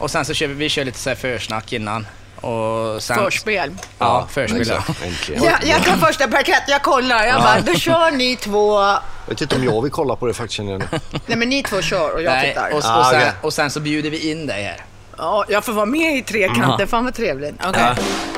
Och sen så kör vi kör lite så här försnack innan. Och sen, förspel. Ja, förspel. Jag tar första parkett, jag kollar. Jag bara, då kör ni två. Jag vet inte om jag vill kolla på det faktiskt. Nej, men ni två kör och jag tittar. Och sen så bjuder vi in dig här. Ja, jag får vara med i trekanten. Fan vad trevligt. Okay.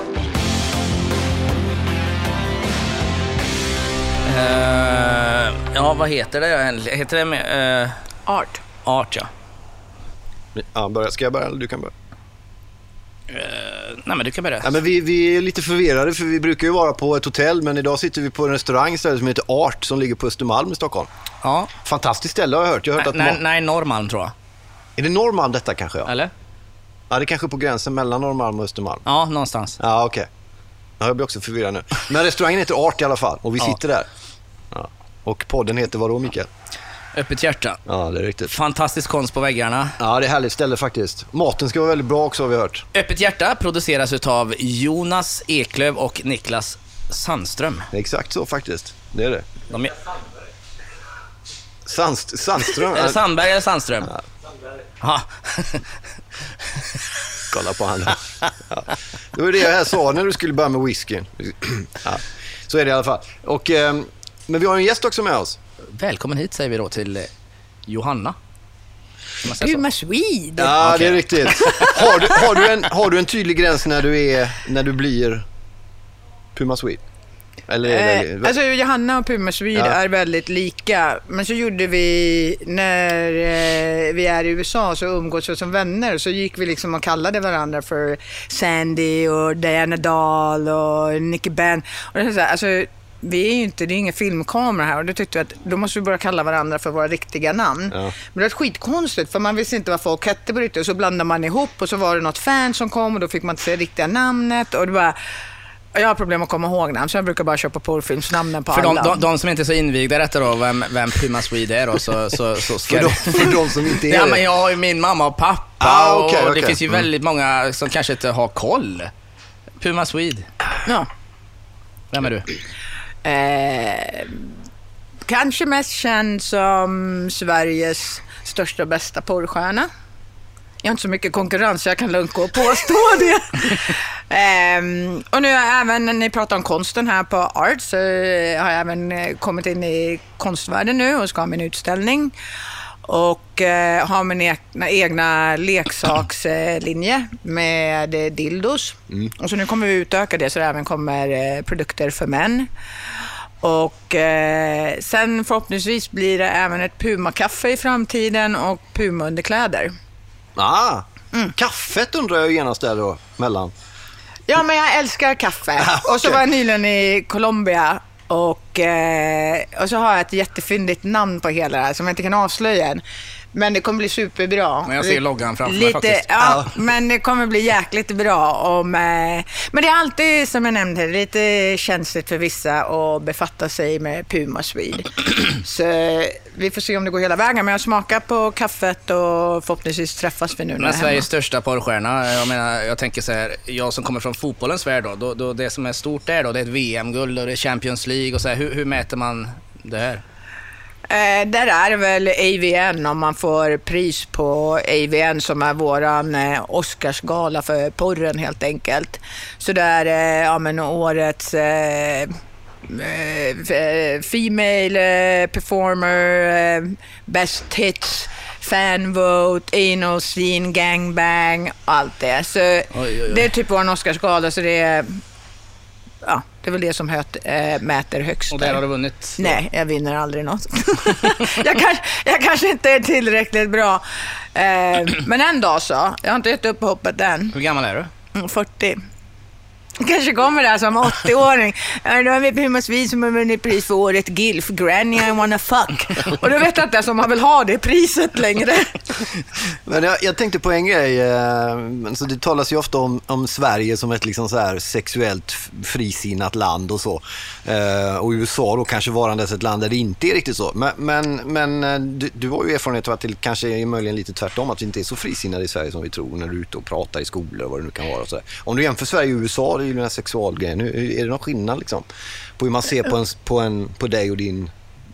Ja, vad heter det? Heter det med... Art. Art, ja. Ja, ska jag börja eller du kan börja? Nej, men du kan börja. Ja, men vi är lite förvirrade för vi brukar ju vara på ett hotell, men idag sitter vi på en restaurang istället som heter Art som ligger på Östermalm i Stockholm. Ja. Fantastiskt ställe har jag hört. Jag har hört att nej, Norrmalm tror jag. Är det Norrmalm detta kanske? Ja? Eller? Ja, det är kanske på gränsen mellan Norrmalm och Östermalm. Ja, någonstans. Ja, okej. Ja, jag blir också förvirrad nu. Men restaurangen heter Art i alla fall och vi sitter där. Ja. Och podden heter vad då, Mikael? Öppet hjärta. Ja, det är riktigt. Fantastisk konst på väggarna. Ja, det är härligt ställe faktiskt. Maten ska vara väldigt bra också har vi hört. Öppet hjärta produceras utav Jonas Eklöf och Niklas Sandström. Exakt så faktiskt. Det är det. De är... Sandström? Är det Sandberg eller Sandström? Ja. Ja. Kolla på han. Ja. Det var det jag här sa när du skulle börja med whiskyn. Ja. Så är det i alla fall. Och, men vi har en gäst också med oss. Välkommen hit säger vi då till Johanna. Puma Swede. Ja, okay. Det är riktigt. Har du en tydlig gräns när du blir Puma Swede? Eller, alltså Johanna och Puma Swede är väldigt lika. Men så gjorde vi när vi är i USA så umgås vi som vänner. Så gick vi liksom och kallade varandra för Sandy och Diana Dahl och Nicky Ben. Och det är så här, alltså vi är ju inte, det är ingen filmkamera här och då tyckte vi att då måste vi börja kalla varandra för våra riktiga namn. Ja. Men det var skitkonstigt för man visste inte vad folk hette på riktigt och så blandade man ihop och så var det något fan som kom och då fick man inte säga riktiga namnet och det var... Jag har problem att komma ihåg namn så jag brukar bara köpa porrfilmsnamnen på alla. För de som inte är så invigda detta då, vem Puma Swede är då, så ska för de som inte är ja, men jag har ju min mamma och pappa och det finns ju väldigt många som kanske inte har koll. Puma Swede. Ja. Vem är du? Kanske mest känd som Sveriges största och bästa porrstjärna. Jag har inte så mycket konkurrens så jag kan lugnt gå och påstå det. Och nu har jag även, när ni pratar om konsten här på Art så har jag även kommit in i konstvärlden nu och ska ha min utställning. Och har min egna leksakslinje med dildos. Och så nu kommer vi utöka det så det även kommer produkter för män. Och sen förhoppningsvis blir det även ett Puma-kaffe i framtiden och Puma-underkläder. Kaffet undrar jag genast där då, mellan. Ja, men jag älskar kaffe. Okay. Och så var jag nyligen i Colombia och så har jag ett jättefyndigt namn på hela det här som jag inte kan avslöja än. Men det kommer bli superbra. Men jag ser loggan framför mig faktiskt. Ja, men det kommer bli jäkligt bra. Men det är alltid, som jag nämnde, lite känsligt för vissa att befatta sig med Puma Swede. Så vi får se om det går hela vägen. Men jag smakar på kaffet och förhoppningsvis träffas vi nu. Men Sveriges största porrstjärna, jag tänker så här, jag som kommer från fotbollens värld då det som är stort där då, det är ett VM-guld och det är Champions League och så här, hur mäter man det här? Där är det väl AVN om man får pris på AVN som är våran Oscarsgala för porren helt enkelt. Så där är årets female performer, best hits, fan vote, anal scene, gangbang, allt det. Så det är typ våran Oscarsgala så det är... Ja, det är väl det som mäter högst. Och där har du vunnit? Nej, jag vinner aldrig något. jag kanske inte är tillräckligt bra. Men en dag så. Jag har inte gett upp hoppet än. Hur gammal är du? 40. Kanske kommer där som 80-åring. Då har vi Puma Swede som har vunnit pris för året Gilf. Granny I wanna fuck. Och då vet jag inte som man vill ha det priset längre. Men jag tänkte på en grej. Så det talas ju ofta om Sverige som ett liksom så här sexuellt frisinnat land och så. Och USA då kanske varandes ett land där det inte är riktigt så. Men du har ju erfarenhet av att det kanske är möjligen lite tvärtom. Att vi inte är så frisinnade i Sverige som vi tror när du är ute och pratar i skolor och vad det nu kan vara. Och så där. Om du jämför Sverige och USA, det är ju den här sexualgrejen. Är det någon skillnad liksom, på hur man ser på dig och din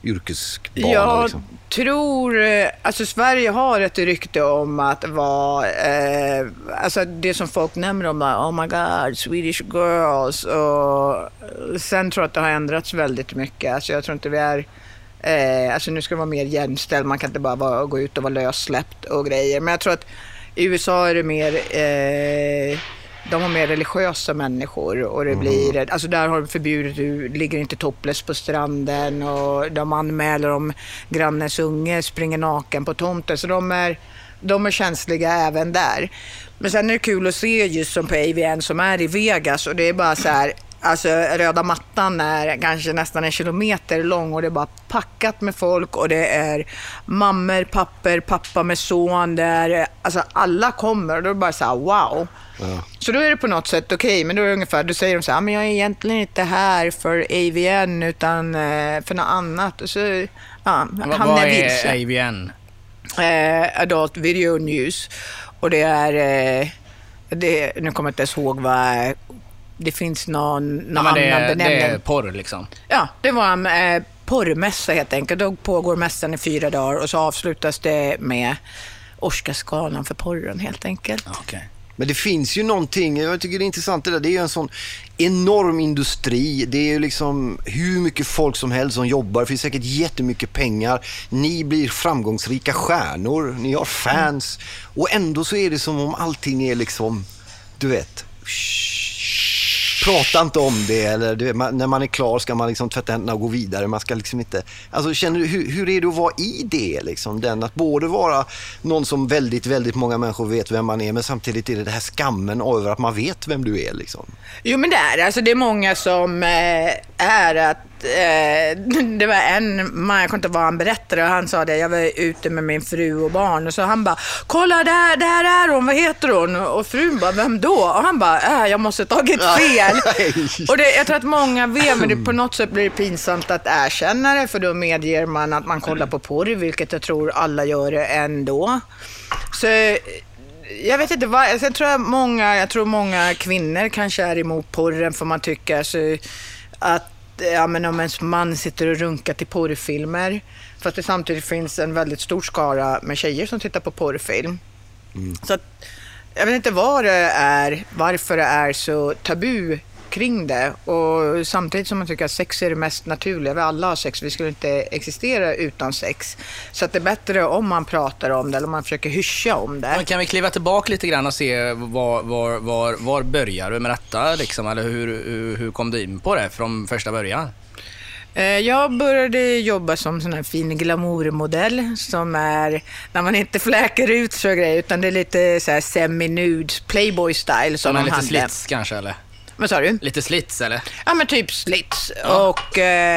yrkesbana? Jag liksom? tror, alltså Sverige har ett rykte om att vara, alltså det som folk nämner om, oh my god, Swedish girls, och sen tror jag att det har ändrats väldigt mycket. Alltså jag tror inte vi är, alltså nu ska det vara mer jämställd, man kan inte bara gå ut och vara lössläppt och grejer, men jag tror att i USA är det mer, de har mer religiösa människor och det blir, alltså där har de förbjudit, du ligger inte topless på stranden och de anmäler om grannens unge springer naken på tomten, så de är känsliga även där. Men sen är det kul att se just som på AVN som är i Vegas, och det är bara så här, alltså röda mattan är kanske nästan 1 kilometer lång och det är bara packat med folk och det är mammor, pappa med son där, alltså alla kommer och då är det bara så här, wow. Ja. Så då är det på något sätt okej, men då är det ungefär, då säger de så här, men jag är egentligen inte här för AVN utan för något annat. Och så, ja, vad är AVN? Adult Video News. Och det är, nu kommer jag inte ens ihåg vad det finns någon annan benämning. Det är porr liksom? Ja, det var en porrmässa helt enkelt. Då pågår mässan i 4 dagar och så avslutas det med Oscarsgalan för porren helt enkelt. Okay. Men det finns ju någonting, jag tycker det är intressant det där, det är ju en sån enorm industri, det är ju liksom hur mycket folk som helst som jobbar, det finns säkert jättemycket pengar, ni blir framgångsrika stjärnor, ni har fans, och ändå så är det som om allting är liksom, du vet, prata inte om det, eller när man är klar ska man liksom tvätta händerna och gå vidare, man ska liksom inte, alltså känner du, hur är det att vara i det liksom, den att både vara någon som väldigt, väldigt många människor vet vem man är, men samtidigt är det här skammen över att man vet vem du är liksom. Jo men det är, alltså det är många som är att det var en man, jag kommer inte vad han berättade, och han sa det, jag var ute med min fru och barn och så han bara, kolla där är hon, vad heter hon? Och frun bara, vem då? Och han bara, jag måste tagit fel. Och det, jag tror att många vet, men det på något sätt blir det pinsamt att erkänna det, för då medger man att man kollar på porr, vilket jag tror alla gör det ändå. Så jag vet inte vad, jag tror många kvinnor kanske är emot porren, för man tycker så att ja, men om ens man sitter och runkar till porrfilmer, för att det samtidigt finns en väldigt stor skara med tjejer som tittar på porrfilm. Så att, jag vet inte vad det är, varför det är så tabu kring det, och samtidigt som man tycker att sex är det mest naturliga, vi alla har sex, vi skulle inte existera utan sex, så att det är bättre om man pratar om det eller om man försöker hyscha om det. Men kan vi kliva tillbaka lite grann och se var börjar du med detta liksom, eller hur kom du in på det från första början? Jag började jobba som sån här fin glamourmodell som är när man inte fläker ut så grejer, utan det är lite så här semi-nude Playboy style som man lite hade. slits kanske, eller? Vad sa du? Lite slits eller? Ja, men typ slits. Ja. Och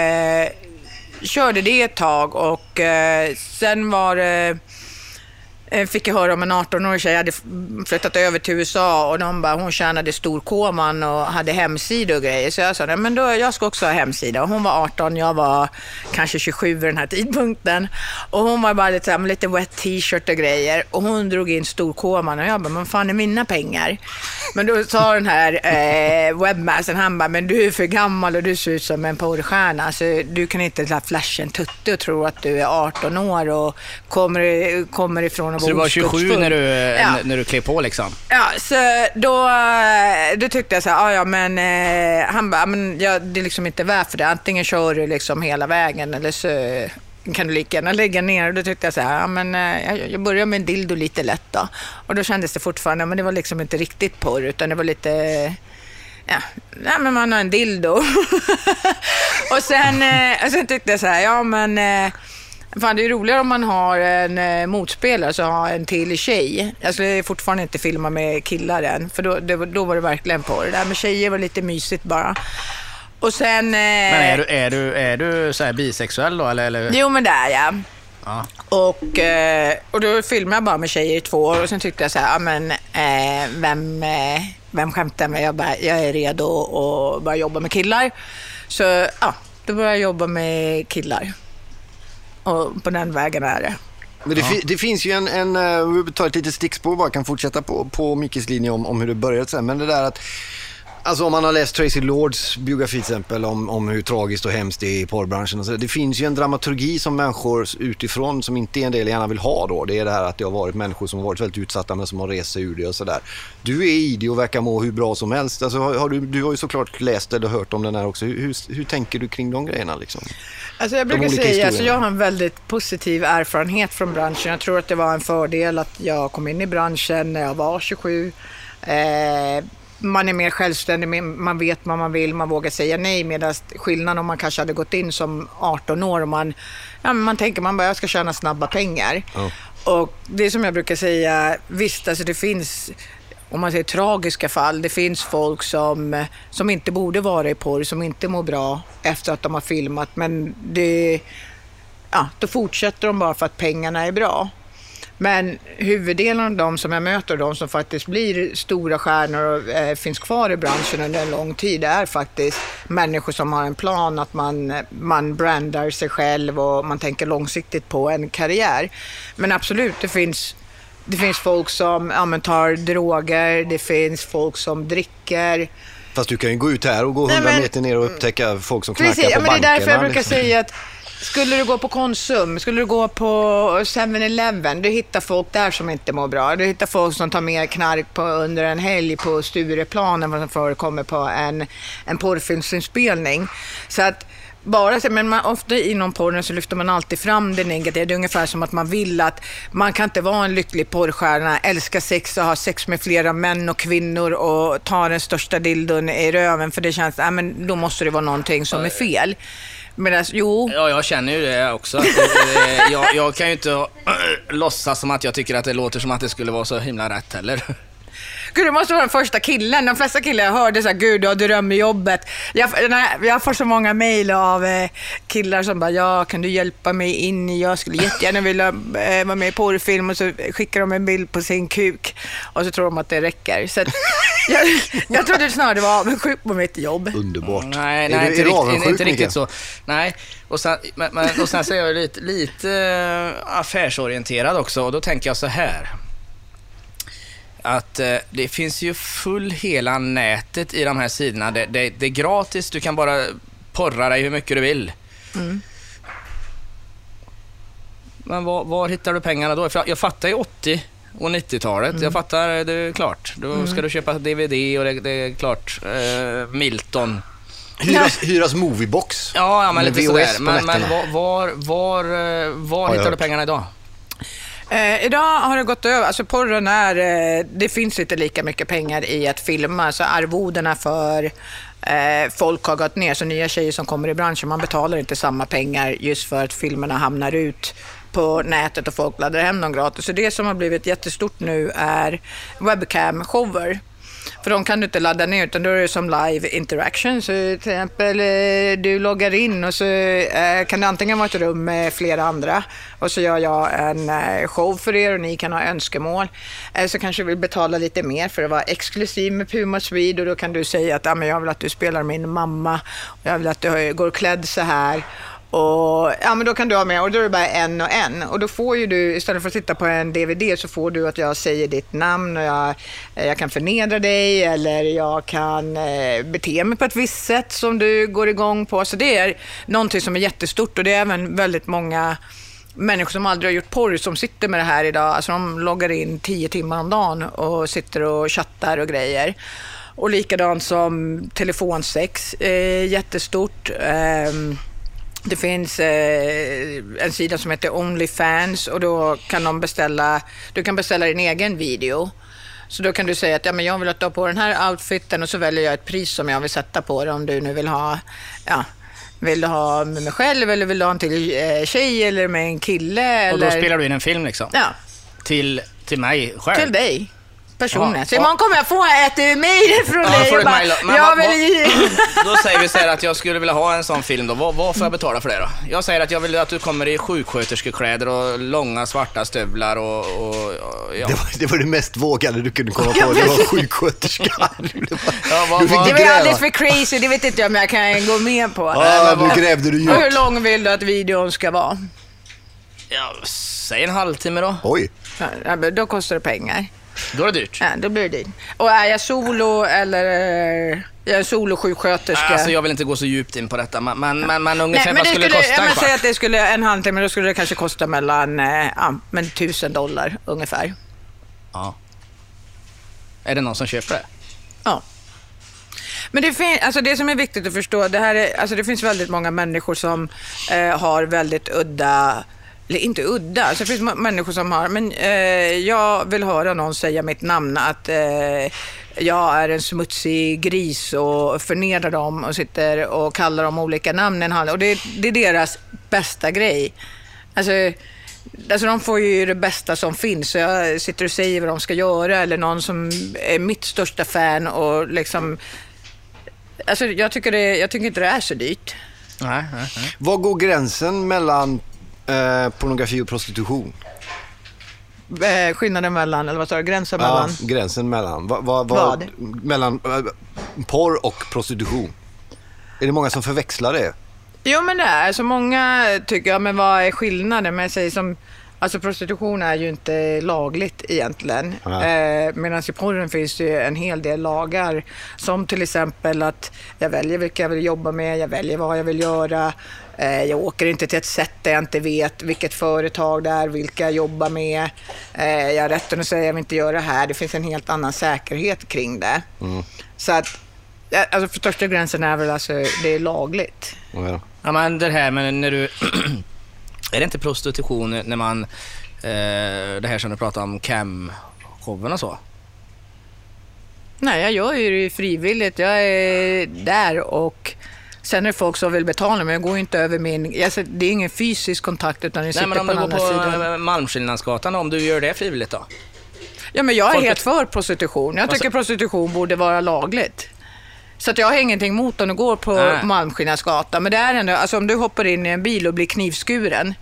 körde det ett tag och sen var det fick jag höra om en 18-årig tjej hade flyttat över till USA och de bara, hon tjänade storkoman och hade hemsida och grejer. Så jag sa, nej, men då, jag ska också ha hemsida. Och hon var 18, jag var kanske 27 vid den här tidpunkten. Och hon var bara lite, med lite wet t-shirt och grejer. Och hon drog in storkoman och jag bara, men fan är mina pengar? Men då sa den här webbmastern, han bara, men du är för gammal och du ser ut som en porrstjärna. Så du kan inte flasha en tutte och tro att du är 18 år och kommer ifrån. Så du var 27 när du klev på liksom? Ja, så då tyckte jag så här, ja men han bara, men det är liksom inte värt för det. Antingen kör du liksom hela vägen eller så kan du lika gärna lägga ner. Och då tyckte jag så här, ja men jag börjar med en dildo lite lätt då. Och då kändes det fortfarande, men det var liksom inte riktigt porr, utan det var lite, ja men man har en dildo. och sen tyckte jag så här, ja men fan, det är roligare om man har en motspelare, så har en till tjej. Alltså det är fortfarande inte filma med killar än, för då var det verkligen på det där med tjejer var lite mysigt bara. Och sen men är du så här bisexuell då eller? Jo men det är jag. Ja. Och då filmade jag bara med tjejer i 2 år och sen tyckte jag så här, ja men vem skämtar med? Jag är redo att börja jobba med killar. Så ja, då började jag jobba med killar. Och på den vägen är det. Men det finns ju en vi tar ett litet stickspår, bara kan fortsätta på Mickes linje om hur det började sen. Men det där att Alltså om man har läst Tracy Lords biografi till exempel om hur tragiskt och hemskt det är i porrbranschen. Och så, det finns ju en dramaturgi som människor utifrån som inte är en del gärna vill ha då. Det är det här att det har varit människor som har varit väldigt utsatta men som har rest sig ur det och sådär. Du är i det och verkar må hur bra som helst. Alltså, du har ju såklart läst eller hört om den här också. Hur tänker du kring de grejerna liksom? Alltså jag brukar säga att jag har en väldigt positiv erfarenhet från branschen. Jag tror att det var en fördel att jag kom in i branschen när jag var 27. Man är mer självständig, man vet vad man vill, man vågar säga nej, medan skillnaden om man kanske hade gått in som 18 år och man tänker man bara jag ska tjäna snabba pengar. Oh. Och det som jag brukar säga, visst alltså det finns, om man säger tragiska fall, det finns folk som inte borde vara i porr, som inte mår bra efter att de har filmat, men då fortsätter de bara för att pengarna är bra. Men huvuddelen av de som jag möter, de som faktiskt blir stora stjärnor och finns kvar i branschen under en lång tid, är faktiskt människor som har en plan att man brandar sig själv och man tänker långsiktigt på en karriär. Men absolut, det finns folk som tar droger, det finns folk som dricker. Fast du kan ju gå ut här och gå 100 meter ner och upptäcka folk som knackar på bankerna. Men det är därför jag brukar säga att skulle du gå på Konsum, skulle du gå på 7-Eleven, du hittar folk där som inte mår bra. Du hittar folk som tar mer knark under en helg på Stureplan än vad som förekommer på en porrfilmsinspelning. Så att ofta inom porren så lyfter man alltid fram det negativa. Det är ungefär som att man vill att man kan inte vara en lycklig porrstjärna, älska sex och ha sex med flera män och kvinnor och ta den största dildon i röven, för det känns, men då måste det vara någonting som är fel. Men Ja, jag känner ju det också. Jag kan ju inte låtsas som att jag tycker att det låter som att det skulle vara så himla rätt heller. Gud, det måste vara den första killen. De flesta killar jag hörde så här, gud, du har drömjobbet. Jag får så många mejl av killar som bara, ja, kan du hjälpa mig in? Jag skulle jättegärna vilja vara med i porrfilm, och så skickar de en bild på sin kuk och så tror de att det räcker. Så att, jag trodde snarare det var avundsjuk på mitt jobb. Underbart. Nej, inte riktigt så. Nej, och sen så är jag lite affärsorienterad också, och då tänker jag så här. Att det finns ju hela nätet i de här sidorna. Det är gratis, du kan bara porra dig hur mycket du vill. Mm. Men var hittar du pengarna då? För jag fattar ju 80 och 90-talet. Jag fattar, det är klart. Då ska du köpa DVD och det är klart. Milton. Hyras Moviebox. Ja, men lite sådär. Men var hittar du pengarna idag? Idag har det gått över, alltså porren det finns inte lika mycket pengar i att filma, så arvodena för folk har gått ner, så nya tjejer som kommer i branschen, man betalar inte samma pengar just för att filmerna hamnar ut på nätet och folk laddar hem dem gratis. Så det som har blivit jättestort nu är webcam-shower. För de kan du inte ladda ner, utan då är det som live interaction. Så till exempel du loggar in och så kan det antingen vara ett rum med flera andra, och så gör jag en show för er och ni kan ha önskemål. Så kanske du vill betala lite mer för att vara exklusiv med Puma Swede, och då kan du säga att jag vill att du spelar min mamma och jag vill att du går klädd så här. Och men då kan du ha med, och då är det bara en och en, och då får ju du, istället för att titta på en DVD, så får du att jag säger ditt namn, och jag kan förnedra dig, eller jag kan bete mig på ett visst sätt som du går igång på. Så det är någonting som är jättestort, och det är även väldigt många människor som aldrig har gjort porr som sitter med det här idag. Alltså de loggar in 10 timmar om dagen och sitter och chattar och grejer. Och likadant som telefonsex, jättestort. Det finns en sida som heter OnlyFans, och då kan du kan beställa din egen video. Så då kan du säga att jag vill ha på den här outfiten, och så väljer jag ett pris som jag vill sätta på det, om du nu vill ha med mig själv, eller vill du ha en till tjej eller med en kille. Och då spelar du in en film liksom? Ja. Till mig själv? Till dig. Personen. Så imorgon kommer jag få ett mejl från dig. Då säger vi så här att jag skulle vilja ha en sån film då. Vad får jag betala för det då? Jag säger att jag vill att du kommer i sjuksköterskekläder och långa svarta stövlar och ja. Det var det mest vågade du kunde komma på. Det var sjuksköterska. Det var alldeles för crazy. Det vet inte jag om jag kan gå med på. Nu grävde du djupt. Och hur lång vill du att videon ska vara? Ja, säg en halvtimme då. Oj. Ja, då kostar det pengar. Då är det dyrt. Ja, då blir det dyrt. Och är jag solo eller jag är solosjuksköterska? Alltså jag vill inte gå så djupt in på detta, men ungefär vad skulle det kosta en kvart? kvart? Säg att det skulle en halvtimme, då skulle det kanske kosta mellan $1,000 ungefär. Ja. Är det någon som köper det? Ja. Men det som är viktigt att förstå, det finns väldigt många människor som har väldigt udda, eller inte udda, alltså det finns människor som har, men jag vill höra någon säga mitt namn, att jag är en smutsig gris och förnedrar dem och sitter och kallar dem olika namn. Och det är deras bästa grej. Alltså de får ju det bästa som finns, så jag sitter och säger vad de ska göra, eller någon som är mitt största fan och liksom, alltså jag tycker inte det är så dyrt. Nej. Vad går gränsen mellan pornografi och prostitution? Skillnaden mellan, eller vad sa du, gränsen mellan? Ja, gränsen mellan. Vad? Mellan porr och prostitution. Är det många som förväxlar det? Jo, men det är så många tycker jag, men vad är skillnaden? Men jag säger som, alltså prostitution är ju inte lagligt egentligen. Medan i porren finns det ju en hel del lagar, som till exempel att jag väljer vilka jag vill jobba med, jag väljer vad jag vill göra. Jag åker inte till ett sätt där jag inte vet vilket företag det är, vilka jag jobbar med. Jag har rätten att säga att jag vill inte göra det här. Det finns en helt annan säkerhet kring det. Så att, alltså för största gränsen är väl alltså, det är lagligt. Ja, men det här, men när du är det inte prostitution när man det här som du pratar om, cam-showen och så? Nej, jag gör ju det frivilligt. Jag är där och sen är det folk som vill betala, men jag går inte över det är ingen fysisk kontakt, utan jag sitter på den andra sidan. Nej, men om du går på Malmskillnadsgatan, om du gör det frivilligt då? Ja, men jag är helt för prostitution. Jag tycker prostitution borde vara lagligt. Så att jag har ingenting emot om du går på Malmskillnadsgatan. Men det är ändå, alltså om du hoppar in i en bil och blir knivskuren.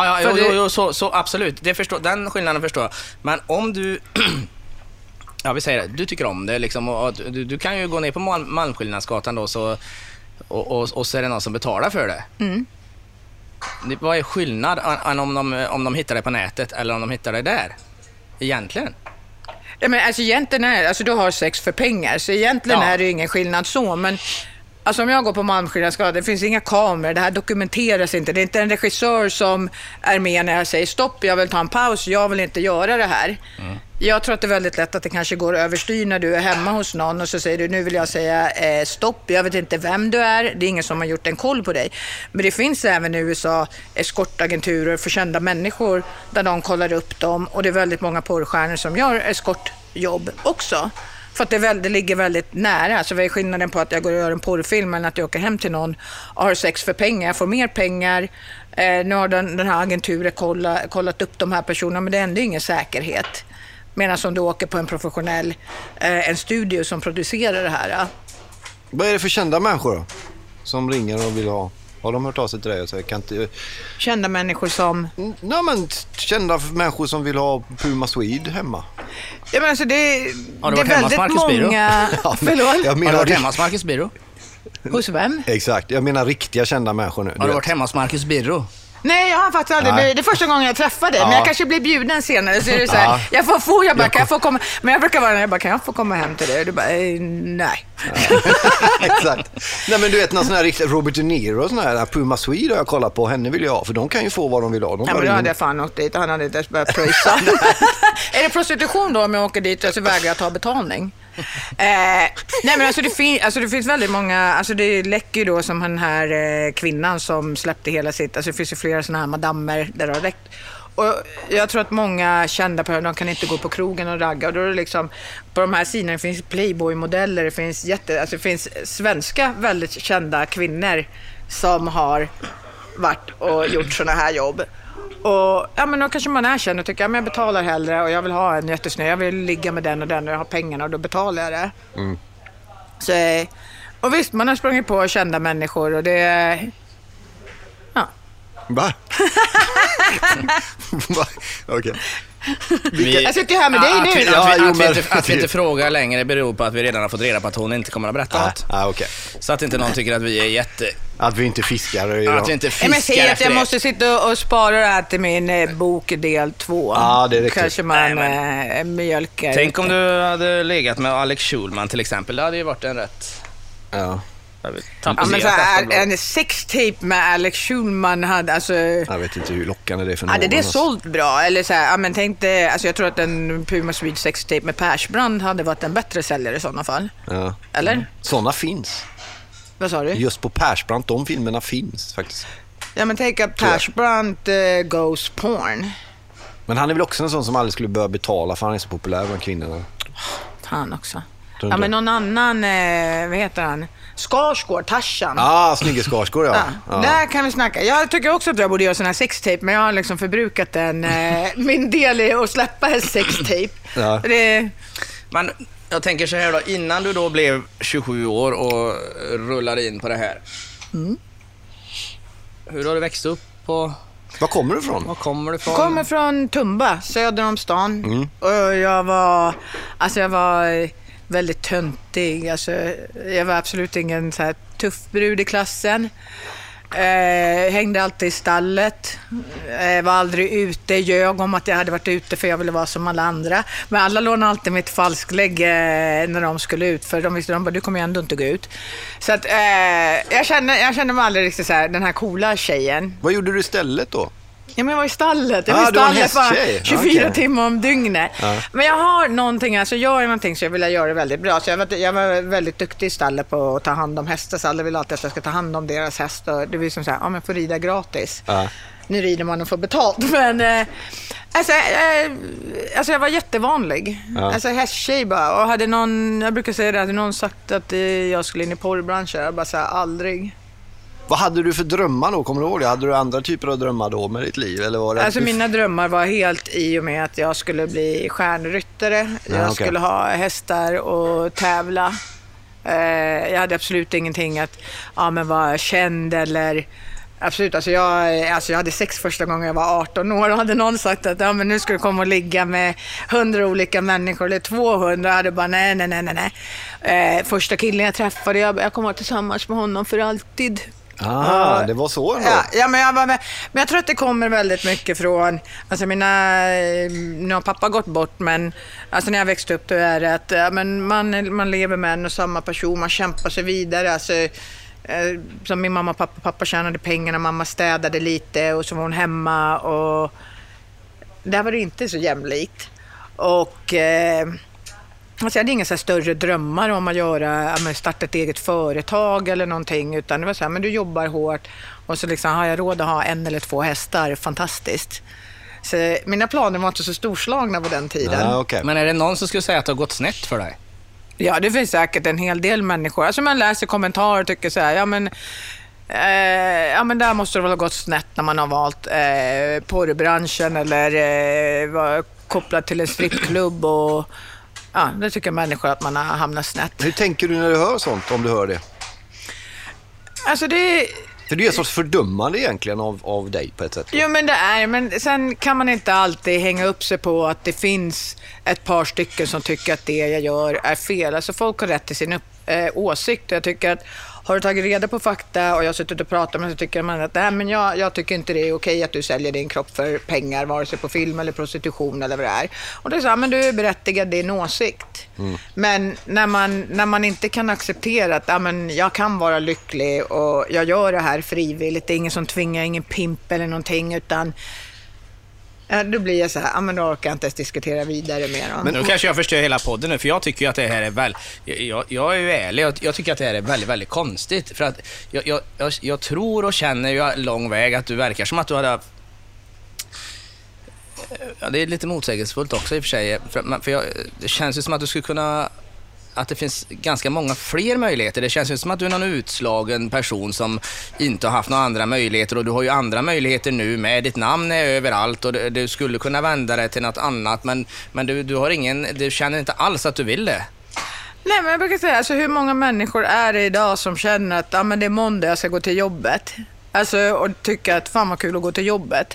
Så absolut. Den skillnaden förstår jag. Men om du, ja vi säger det, du tycker om det liksom, och du kan ju gå ner på Malmskillnadsgatan då, så och så är det någon som betalar för det. Vad är skillnad om de hittar det på nätet eller om de hittar det där? Egentligen? Ja, men alltså egentligen alltså du har sex för pengar, så egentligen är det ju ingen skillnad så, men alltså om jag går på Malmskillnadsgatan, det finns inga kameror, det här dokumenteras inte, det är inte en regissör som är med när jag säger stopp, jag vill ta en paus, jag vill inte göra det här. Jag tror att det är väldigt lätt att det kanske går överstyr när du är hemma hos någon och så säger du, nu vill jag säga stopp, jag vet inte vem du är, det är ingen som har gjort en koll på dig. Men det finns även i USA eskortagenturer för kända människor där de kollar upp dem, och det är väldigt många porrstjärnor som gör eskortjobb också. För att det ligger väldigt nära. Så vad är skillnaden på att jag går och gör en porrfilm än att jag åker hem till någon och har sex för pengar? Jag får mer pengar. Nu har den här agenturen kollat upp de här personerna, men det är ändå ingen säkerhet. Medan som du åker på en professionell en studio som producerar det här. Vad är det för kända människor då? Som ringer och vill ha? Har de hört av sig till dig och säger, kan inte... Kända människor som... Nej, men kända människor som vill ha Puma Swede hemma. Ja, men alltså det är väldigt många... Ja, har du varit hemma hos Marcus Birro? Hos vem? Exakt, jag menar riktiga kända människor nu. Har du varit hemma hos Marcus Birro? Nej, jag har faktiskt aldrig. Det är första gången jag träffade, men jag kanske blir bjuden senare. Så är det så här, kan jag få komma? Men jag brukar vara jag bara, kan jag få komma hem till dig? Du bara, nej. Exakt. Nej, men du vet, någon sån här riktigt Robert De Niro och sån här Puma Swede har jag kollat på, henne vill jag ha, för de kan ju få vad de vill ha. Ja, men då hade jag fan åkt dit, han hade inte börjat pröjsa. Är det prostitution då om jag åker dit och så vägrar jag ta betalning? Nej, men alltså det finns väldigt många, alltså det läcker ju då som den här kvinnan som släppte hela sitt, alltså det finns ju flera såna här madammer där det har räckt. Och jag tror att många kända personer, de kan inte gå på krogen och ragga, och då är det liksom, på de här sidorna finns Playboy-modeller, det finns det finns svenska väldigt kända kvinnor som har varit och gjort såna här jobb. Och ja, men då kanske man är känd och tycker, men jag betalar hellre och jag vill ha en jättesnö, jag vill ligga med den och den och jag har pengarna och då betalar jag det. Så, och visst, man har sprungit på kända människor och det... Ja. Va? Okej. Jag sitter ju här med dig nu. Att vi inte frågar längre beror på att vi redan har fått reda på att hon inte kommer att berätta något. Okay. Så att inte någon tycker att vi är Att vi inte fiskar. Att vi inte fiskar men säg att jag måste sitta och spara det här till min bok del 2. Ja, det är riktigt. Kanske man mjölkar. Tänk om du hade legat med Alex Schulman till exempel. Det hade ju varit en rätt... Ja. Men så här, en sextape med Alex Schulman hade alltså... Jag vet inte hur lockande det är för någon. Hade det sålt bra? Eller så här, men tänk dig, alltså jag tror att en Puma Swede sextape med Persbrandt hade varit en bättre säljare i sådana fall. Ja. Eller? Sådana finns. Vad sa du? Just på Persbrandt, de filmerna finns faktiskt. Ja, men tänk att Persbrandt goes porn. Men han är väl också en sån som aldrig skulle börja betala för han är så populär bland kvinnorna. Han också. Ja, men någon annan, vad heter han? Skarsgård, Tarzan. Snygge Skarsgård, ja. Där kan vi snacka. Jag tycker också att jag borde göra sån här sextape, men jag har liksom förbrukat min del i att släppa en sextape. Ja. Men jag tänker så här då, innan du då blev 27 år och rullade in på det här. Hur har du växt upp på... Var kommer du ifrån? Var kommer du ifrån? Jag kommer från Tumba, söder om stan. Och jag var väldigt töntig. Alltså, jag var absolut ingen så här tuff brud i klassen. Hängde alltid i stallet. Var aldrig ute. Ljög om att jag hade varit ute för jag ville vara som alla andra. Men alla lånade alltid mitt falsklägg när de skulle ut. För de visste du kommer ju ändå inte gå ut. Så att jag kände mig aldrig riktigt så här, den här coola tjejen. Vad gjorde du istället då? Ja, men jag var i stallet. Jag var i stallet 24 timmar om dygnet. Ja. Men jag har någonting, alltså jag är någonting så jag vill göra det väldigt bra. Så jag var väldigt duktig i stallet på att ta hand om hästar. Så alla vill alltid att jag ska ta hand om deras hästar. Det vill som säga, men får rida gratis. Ja. Nu rider man och får betalt. Men alltså jag var jättevanlig. Ja. Alltså hästtjej bara. Och hade någon, jag brukar säga det, hade någon sagt att jag skulle in i porrbranschen. Jag bara säga aldrig. Vad hade du för drömmar då? Kommer du ihåg det? Hade du andra typer av drömmar då med ditt liv? Eller var det alltså mina drömmar var helt i och med att jag skulle bli stjärnryttare. Jag skulle ha hästar och tävla. Jag hade absolut ingenting att vara känd eller... Absolut, alltså jag hade sex första gången jag var 18 år och hade någon sagt att men nu ska du komma och ligga med 100 olika människor eller 200. Jag hade bara nej. Första killen jag träffade, jag kommer tillsammans med honom för alltid. Det var så då? Ja, men jag tror att det kommer väldigt mycket från, alltså nu har pappa gått bort, men alltså när jag växte upp då är det att man lever med en och samma person, man kämpar sig vidare, alltså som min mamma och pappa tjänade pengarna, mamma städade lite och så var hon hemma och där var det inte så jämlikt och alltså jag hade inga så större drömmar om att starta ett eget företag eller någonting, utan det var så här, men du jobbar hårt och så liksom, har jag råd att ha 1 eller 2 hästar, fantastiskt. Så mina planer var inte så storslagna på den tiden. Okay. Men är det någon som skulle säga att det har gått snett för dig? Ja, det finns säkert en hel del människor. Alltså man läser kommentarer och tycker så här, men där måste det väl ha gått snett när man har valt porrbranschen eller var kopplad till en strippklubb och det tycker människor att man har hamnat snett. Hur tänker du när du hör sånt, om du hör det? Alltså det... För det är en sorts fördömande egentligen av dig på ett sätt. Jo, men det är. Men sen kan man inte alltid hänga upp sig på att det finns ett par stycken som tycker att det jag gör är fel. Alltså folk har rätt till sin åsikt. Jag tycker att har du tagit reda på fakta och jag har suttit och pratat med så tycker man att jag tycker inte det är okej att du säljer din kropp för pengar, vare sig på film eller prostitution eller vad det är. Och det är så här, men du är berättigad din åsikt. Men när man inte kan acceptera att jag kan vara lycklig och jag gör det här frivilligt, det är ingen som tvingar, ingen pimp eller någonting, utan då blir jag så här, men då orkar jag inte ens diskutera vidare med dem. Men nu kanske jag förstör hela podden nu, för jag tycker ju att det här är jag är ju ärlig, jag tycker att det här är väldigt, väldigt konstigt. För att jag tror och känner ju lång väg att du verkar som att du hade... Ja, det är lite motsägelsefullt också i och för sig. Det känns ju som att du skulle kunna... Att det finns ganska många fler möjligheter. Det känns ju som att du är någon utslagen person som inte har haft några andra möjligheter, och du har ju andra möjligheter nu med ditt namn är överallt och du skulle kunna vända dig till något annat, men du har du känner inte alls att du vill det. Nej, men jag brukar säga, alltså hur många människor är det idag som känner att det är måndag, jag ska gå till jobbet. Alltså, och tycker att fan vad kul att gå till jobbet.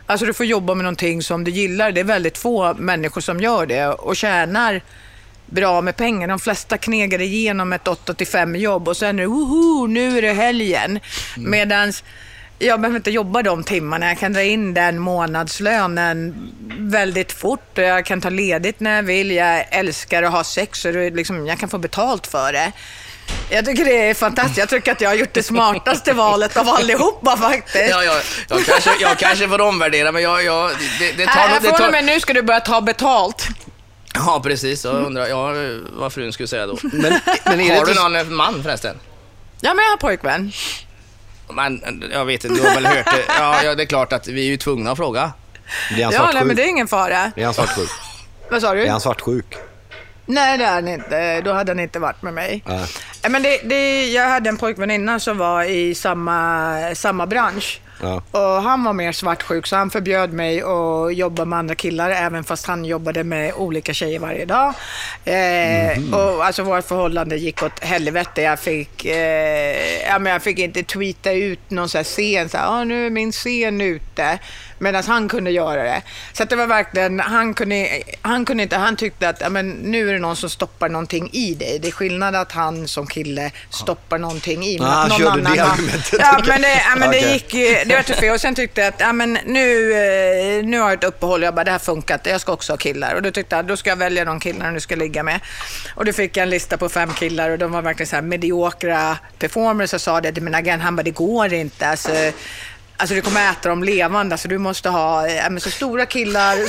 Alltså du får jobba med någonting som du gillar. Det är väldigt få människor som gör det och tjänar bra med pengar. De flesta knegar igenom ett 8-5 jobb och sen är det, nu är det helgen. Medans jag behöver inte jobba de timmarna. Jag kan dra in den månadslönen väldigt fort och jag kan ta ledigt när jag vill. Jag älskar att ha sex och liksom, jag kan få betalt för det. Jag tycker det är fantastiskt. Jag tycker att jag har gjort det smartaste valet av allihopa faktiskt. Jag kanske får omvärdera, men det tar... Men nu ska du börja ta betalt. Ja, precis. Jag undrar vad frun skulle säga då. Men har du någon man förresten? Ja, men jag har pojkvän. Men jag vet inte, du har väl hört det. Ja, det är klart att vi är ju tvungna att fråga. Men det är ingen fara. Är han svartsjuk? Vad sa du? Är han svartsjuk? Nej, det är han inte. Då hade han inte varit med mig. Men jag hade en pojkväninna som var i samma bransch. Ja. Och han var mer svartsjuk så han förbjöd mig att jobba med andra killar även fast han jobbade med olika tjejer varje dag. Och alltså vårt förhållande gick åt helvete. Jag fick inte tweeta ut någon så här scen så här, nu är min scen ute. Medan han kunde göra det. Så att det var verkligen, han kunde inte, han tyckte att nu är det någon som stoppar någonting i dig. Det är skillnad att han som kille stoppar någonting i mig. Han körde det argumentet. Det gick det var fel. Och sen tyckte jag att nu har jag ett uppehåll. Jag bara, det här funkar inte. Jag ska också ha killar. Och då tyckte jag, då ska jag välja de killarna du ska ligga med. Och då fick jag en lista på 5 killar och de var verkligen så här mediokra performers och sa det till min agent. Han bara, det går inte. Alltså du kommer äta dem levande. Alltså du måste ha så stora killar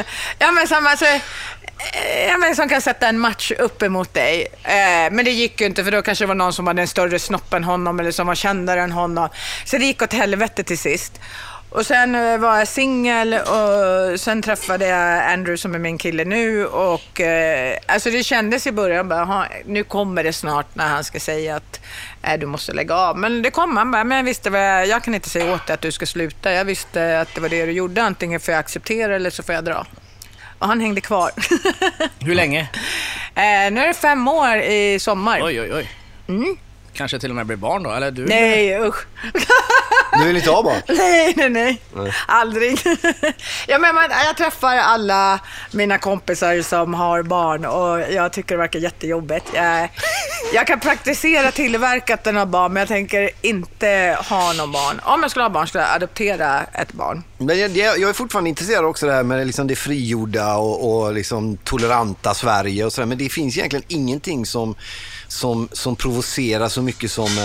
som kan sätta en match upp emot dig. Men det gick ju inte för då kanske det var någon som hade en större snopp än honom eller som var kändare än honom. Så det gick åt helvete till sist. Och sen var jag singel och sen träffade jag Andrew som är min kille nu och alltså det kändes i början bara, nu kommer det snart när han ska säga att du måste lägga av. Men det kom han bara, men jag visste jag kan inte säga åt dig att du ska sluta. Jag visste att det var det du gjorde, antingen får jag acceptera eller så får jag dra. Och han hängde kvar. Hur länge? Nu är det 5 år i sommar. Oj. Kanske till och med blir barn då, eller du? Nej, usch. Du vill inte ha barn? Nej. Aldrig. Jag träffar alla mina kompisar som har barn och jag tycker det verkar jättejobbigt. Jag kan praktisera tillverkat av barn, men jag tänker inte ha någon barn. Om jag skulle ha barn skulle jag adoptera ett barn. Men jag är fortfarande intresserad också där med liksom det frigjorda och liksom toleranta Sverige och sådär. Men det finns egentligen ingenting som provocerar så mycket som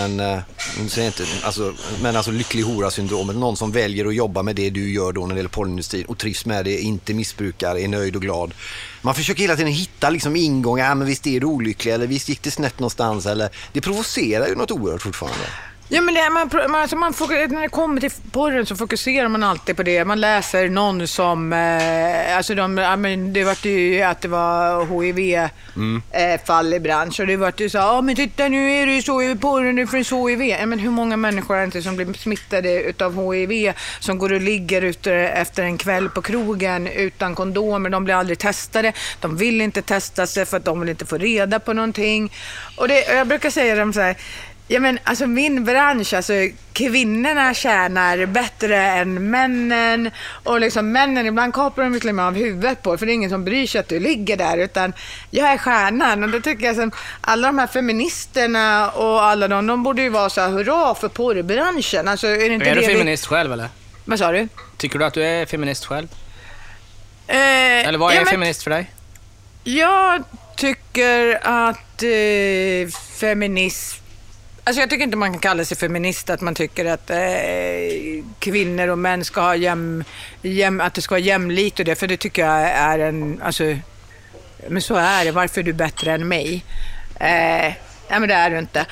en lycklig hora-syndromet. Någon som väljer att jobba med det du gör då när det gäller porrindustrin och trivs med det, inte missbrukar, är nöjd och glad. Man försöker hela tiden hitta liksom ingångar, men visst är det olycklig eller visst gick det snett någonstans eller det provocerar ju något oerhört fortfarande. Ja, men när det kommer till porren så fokuserar man alltid på det. Man läser någon som det var ju att det var HIV-fall i bransch och det var ju så, men titta nu är det så i porren, nu finns HIV. Men hur många människor är inte som blir smittade utav HIV som går och ligger ute efter en kväll på krogen utan kondomer, de blir aldrig testade. De vill inte testa sig för att de vill inte få reda på någonting. Och jag brukar säga dem så här, min bransch, kvinnorna tjänar bättre än männen och liksom männen, ibland kapar de liksom av huvudet på för det är ingen som bryr sig att du ligger där utan jag är stjärnan och då tycker jag alla de här feministerna och alla de borde ju vara så här, hurra för porrbranschen. Är du feminist själv eller? Vad sa du? Tycker du att du är feminist själv? Eller vad är feminist för dig? Jag tycker att feminism, jag tycker inte man kan kalla sig feminist att man tycker att kvinnor och män ska ha att det ska vara jämlikt och det, för det tycker jag är men så är det, varför är du bättre än mig? Men det är du inte.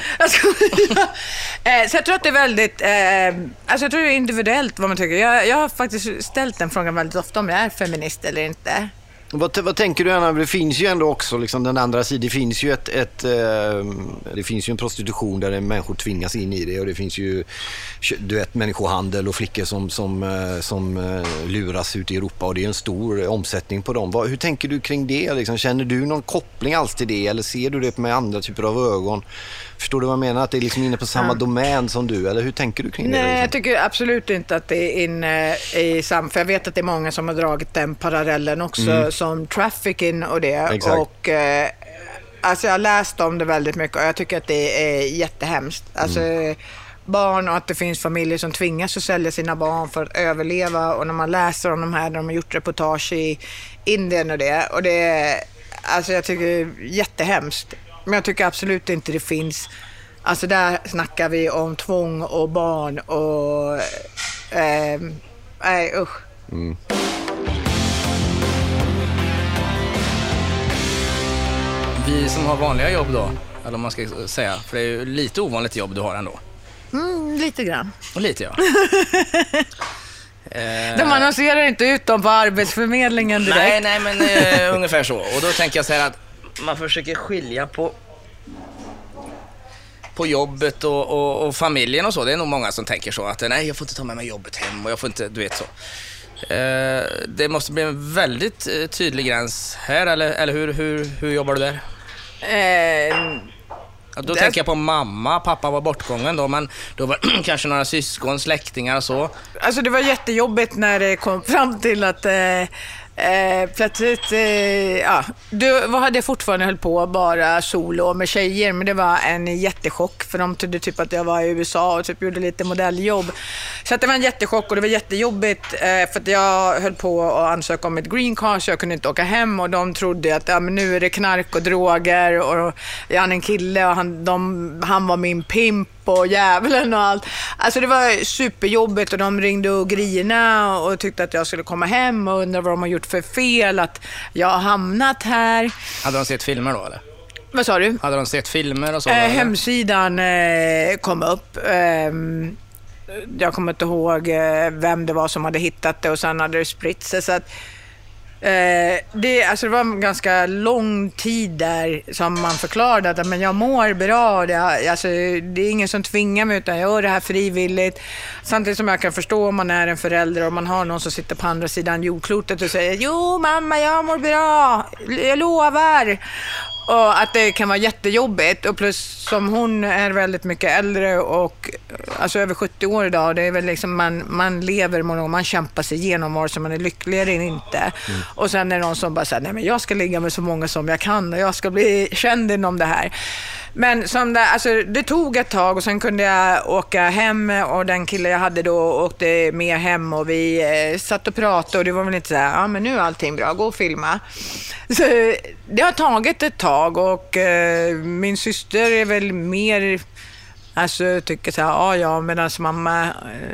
Så jag tror att det är väldigt jag tror det är individuellt vad man tycker. Jag har faktiskt ställt den frågan väldigt ofta om jag är feminist eller inte. Vad tänker du, Anna? Det finns ju ändå också liksom den andra sidan. Det finns ju det finns ju en prostitution där människor tvingas in i det, och det finns ju människohandel och flickor som luras ut i Europa, och det är en stor omsättning på dem. Hur tänker du kring det? Liksom, känner du någon koppling alls till det, eller ser du det med andra typer av ögon? Förstår du vad jag menar? Att det är liksom inne på samma domän som du, eller hur tänker du kring det? Nej, liksom? jag tycker absolut inte att det är inne i samma, för jag vet att det är många som har dragit den parallellen också, som trafficking och det. Exakt. Och alltså jag har läst om det väldigt mycket, och jag tycker att det är jättehemskt. Alltså barn, och att det finns familjer som tvingas att sälja sina barn för att överleva, och när man läser om de här, de har gjort reportage i Indien och det, alltså jag tycker det är jättehemskt. Men jag tycker absolut inte det finns, alltså där snackar vi om tvång och barn och nej usch. Vi som har vanliga jobb då, eller om man ska säga, för det är ju lite ovanligt jobb du har ändå. Lite grann. Och lite, ja. De annonserar inte ut dem på Arbetsförmedlingen direkt. Nej, men ungefär så. Och då tänker jag så här att man försöker skilja på jobbet och familjen och så. Det är nog många som tänker så att nej, jag får inte ta med mig jobbet hem, och jag får inte, du vet så. Det måste bli en väldigt tydlig gräns här, eller hur jobbar du där? Då tänker jag på mamma, pappa var bortgången då, men då var kanske några syskon, släktingar och så. Alltså det var jättejobbigt när det kom fram till att plötsligt, du hade fortfarande höll på bara solo med tjejer, men det var en jättechock, för de trodde typ att jag var i USA och typ gjorde lite modelljobb. Så att det var en jättechock, och det var jättejobbigt för att jag höll på att ansöka om ett green card, så jag kunde inte åka hem, och de trodde att men nu är det knark och droger, och jag hade en kille och han var min pimp och djävulen och allt. Alltså det var superjobbigt, och de ringde och grina och tyckte att jag skulle komma hem och undra vad de har gjort för fel, att jag har hamnat här. Hade de sett filmer då, eller? Vad sa du? Hade de sett filmer och så? Hemsidan kom upp. Jag kommer inte ihåg vem det var som hade hittat det, och sen hade det spritt sig, så att det var en ganska lång tid där som man förklarade att men jag mår bra, det är ingen som tvingar mig, utan jag gör det här frivilligt. Samtidigt som jag kan förstå om man är en förälder och man har någon som sitter på andra sidan jordklotet och säger jo mamma, jag mår bra, jag lovar. Och att det kan vara jättejobbigt, och plus som hon är väldigt mycket äldre och alltså över 70 år idag, det är väl liksom man lever, man kämpar sig igenom vare sig man är lycklig eller inte. Och sen är det någon som bara säger nej men jag ska ligga med så många som jag kan och jag ska bli känd inom det här. Men som det tog ett tag, och sen kunde jag åka hem, och den kille jag hade då åkte med hem, och vi satt och pratade, och det var väl inte så här, ja men nu är allting bra, gå och filma. Så det har tagit ett tag, och min syster är väl mer, alltså tycker så här, ja medan mamma,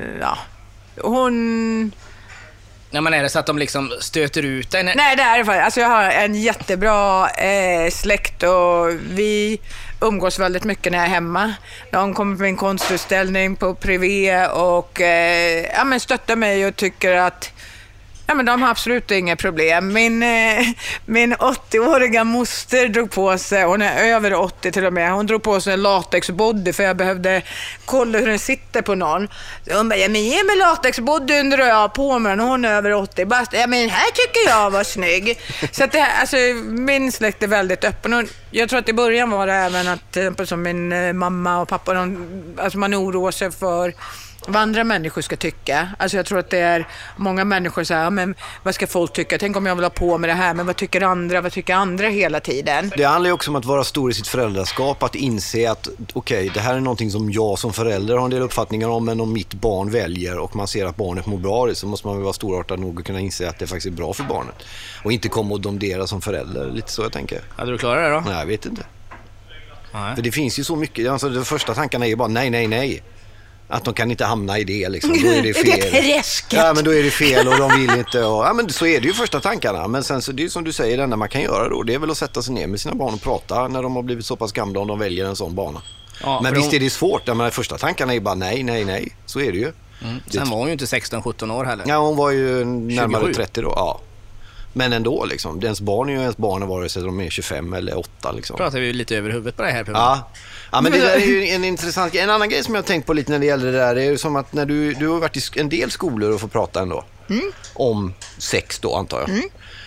hon... Ja, men är det så att de liksom stöter ut dig? Nej, det är det. Alltså jag har en jättebra släkt, och vi umgås väldigt mycket när jag är hemma. De kommer på en konstutställning på Privé och stöttar mig och tycker att men de har absolut inga problem. Min 80-åriga moster drog på sig, hon är över 80 till och med, hon drog på sig en latexbody för jag behövde kolla hur den sitter på någon. Så hon bara, men ge mig latexbody undrar jag på mig, och hon är över 80. Bara, men här tycker jag var snygg. Så att min släkt är väldigt öppen, och jag tror att i början var det även att till exempel som min mamma och pappa, man oroar sig för vad andra människor ska tycka. Alltså jag tror att det är många människor så här, men vad ska folk tycka? Tänk om jag vill ha på med det här, men vad tycker andra hela tiden? Det handlar ju också om att vara stor i sitt föräldraskap, att inse att okej, det här är någonting som jag som förälder har en del uppfattningar om, men om mitt barn väljer och man ser att barnet mår bra, så måste man väl vara storartad nog och kunna inse att det faktiskt är bra för barnet. Och inte komma och domdera som förälder, lite så jag tänker. Hade du klarat det då? Nej, jag vet inte. Nej. För det finns ju så mycket, alltså de första tankarna är ju bara nej. Att de kan inte hamna i det liksom. Då är det fel. Det är träsket. Ja, men då är det fel och de vill inte. Och, ja, men så är det ju första tankarna. Men sen så det är ju som du säger, det enda man kan göra då, det är väl att sätta sig ner med sina barn och prata när de har blivit så pass gamla, om de väljer en sån bana. Ja, men visst är det svårt. Men första tankarna är bara nej. Så är det ju. Sen var hon ju inte 16-17 år heller. Ja, hon var ju närmare 27. 30 då, ja. Men ändå liksom, ens barn är ju ens barn vare sig de är 25 eller 8 liksom. Pratar vi lite över huvudet på det här. Ja, men det där är ju en intressant grej. En annan grej som jag har tänkt på lite när det gäller det där är ju som att när du har varit i en del skolor och får prata ändå om sex då, antar jag.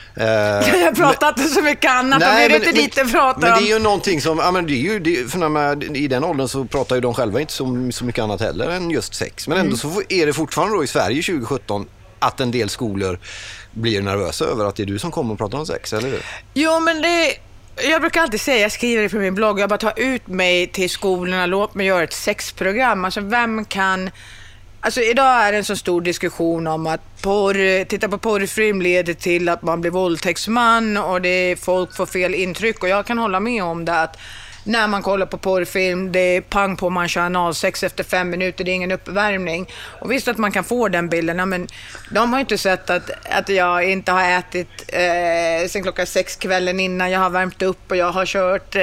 Jag pratar inte så mycket annat. Nej, men, inte dit pratar men det är ju någonting som, ja, men det är ju, för när man, i den åldern så pratar ju de själva inte så mycket annat heller än just sex. Men ändå så är det fortfarande då i Sverige 2017 att en del skolor blir nervösa över att det är du som kommer och pratar om sex, eller hur? Jo, men jag brukar alltid säga, jag skriver det på min blogg, jag bara tar ut mig till skolorna, låt mig göra ett sexprogram. Alltså vem kan... Alltså idag är det en så stor diskussion om att titta på porrfilm leder till att man blir våldtäktsman och folk får fel intryck. Och jag kan hålla med om det, att när man kollar på porrfilm, det är pang på, man kör analsex efter 5 minuter, det är ingen uppvärmning. Och visst att man kan få den bilden, men de har inte sett att jag inte har ätit sen klockan 6 kvällen innan, jag har värmt upp och jag har kört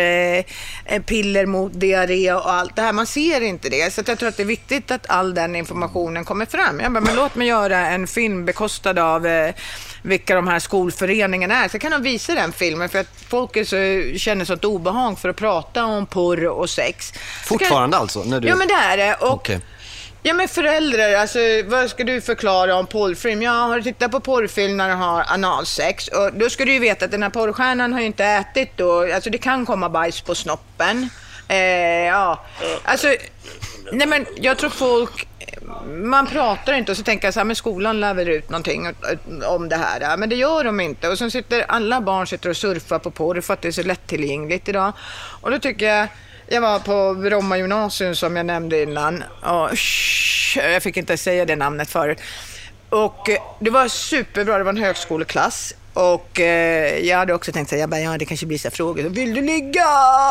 piller mot diarré och allt det här. Man ser inte det, så jag tror att det är viktigt att all den informationen kommer fram. Jag bara, men låt mig göra en film bekostad av vilka de här skolföreningarna är, så kan de visa den filmen, för att folk känner sånt obehag för att prata om porr och sex. Fortfarande alltså? När du... Ja, men det är det. Och okay. Ja, men föräldrar, alltså vad ska du förklara om porrfilm? Jag har tittat på porrfilm när de har analsex, och då ska du ju veta att den här porrstjärnan har ju inte ätit då, alltså det kan komma bajs på snoppen. Ja, alltså, nej men jag tror folk, man pratar inte och så tänker jag så här, men skolan lär väl ut någonting om det här. Men det gör de inte. Och sen alla barn sitter och surfar på porr för att det är så lättillgängligt idag. Och då tycker jag var på Bromma gymnasium som jag nämnde innan. Och jag fick inte säga det namnet förut. Och det var superbra, det var en högskoleklass. Och jag hade också tänkt säga, det kanske blir så frågor. Vill du ligga?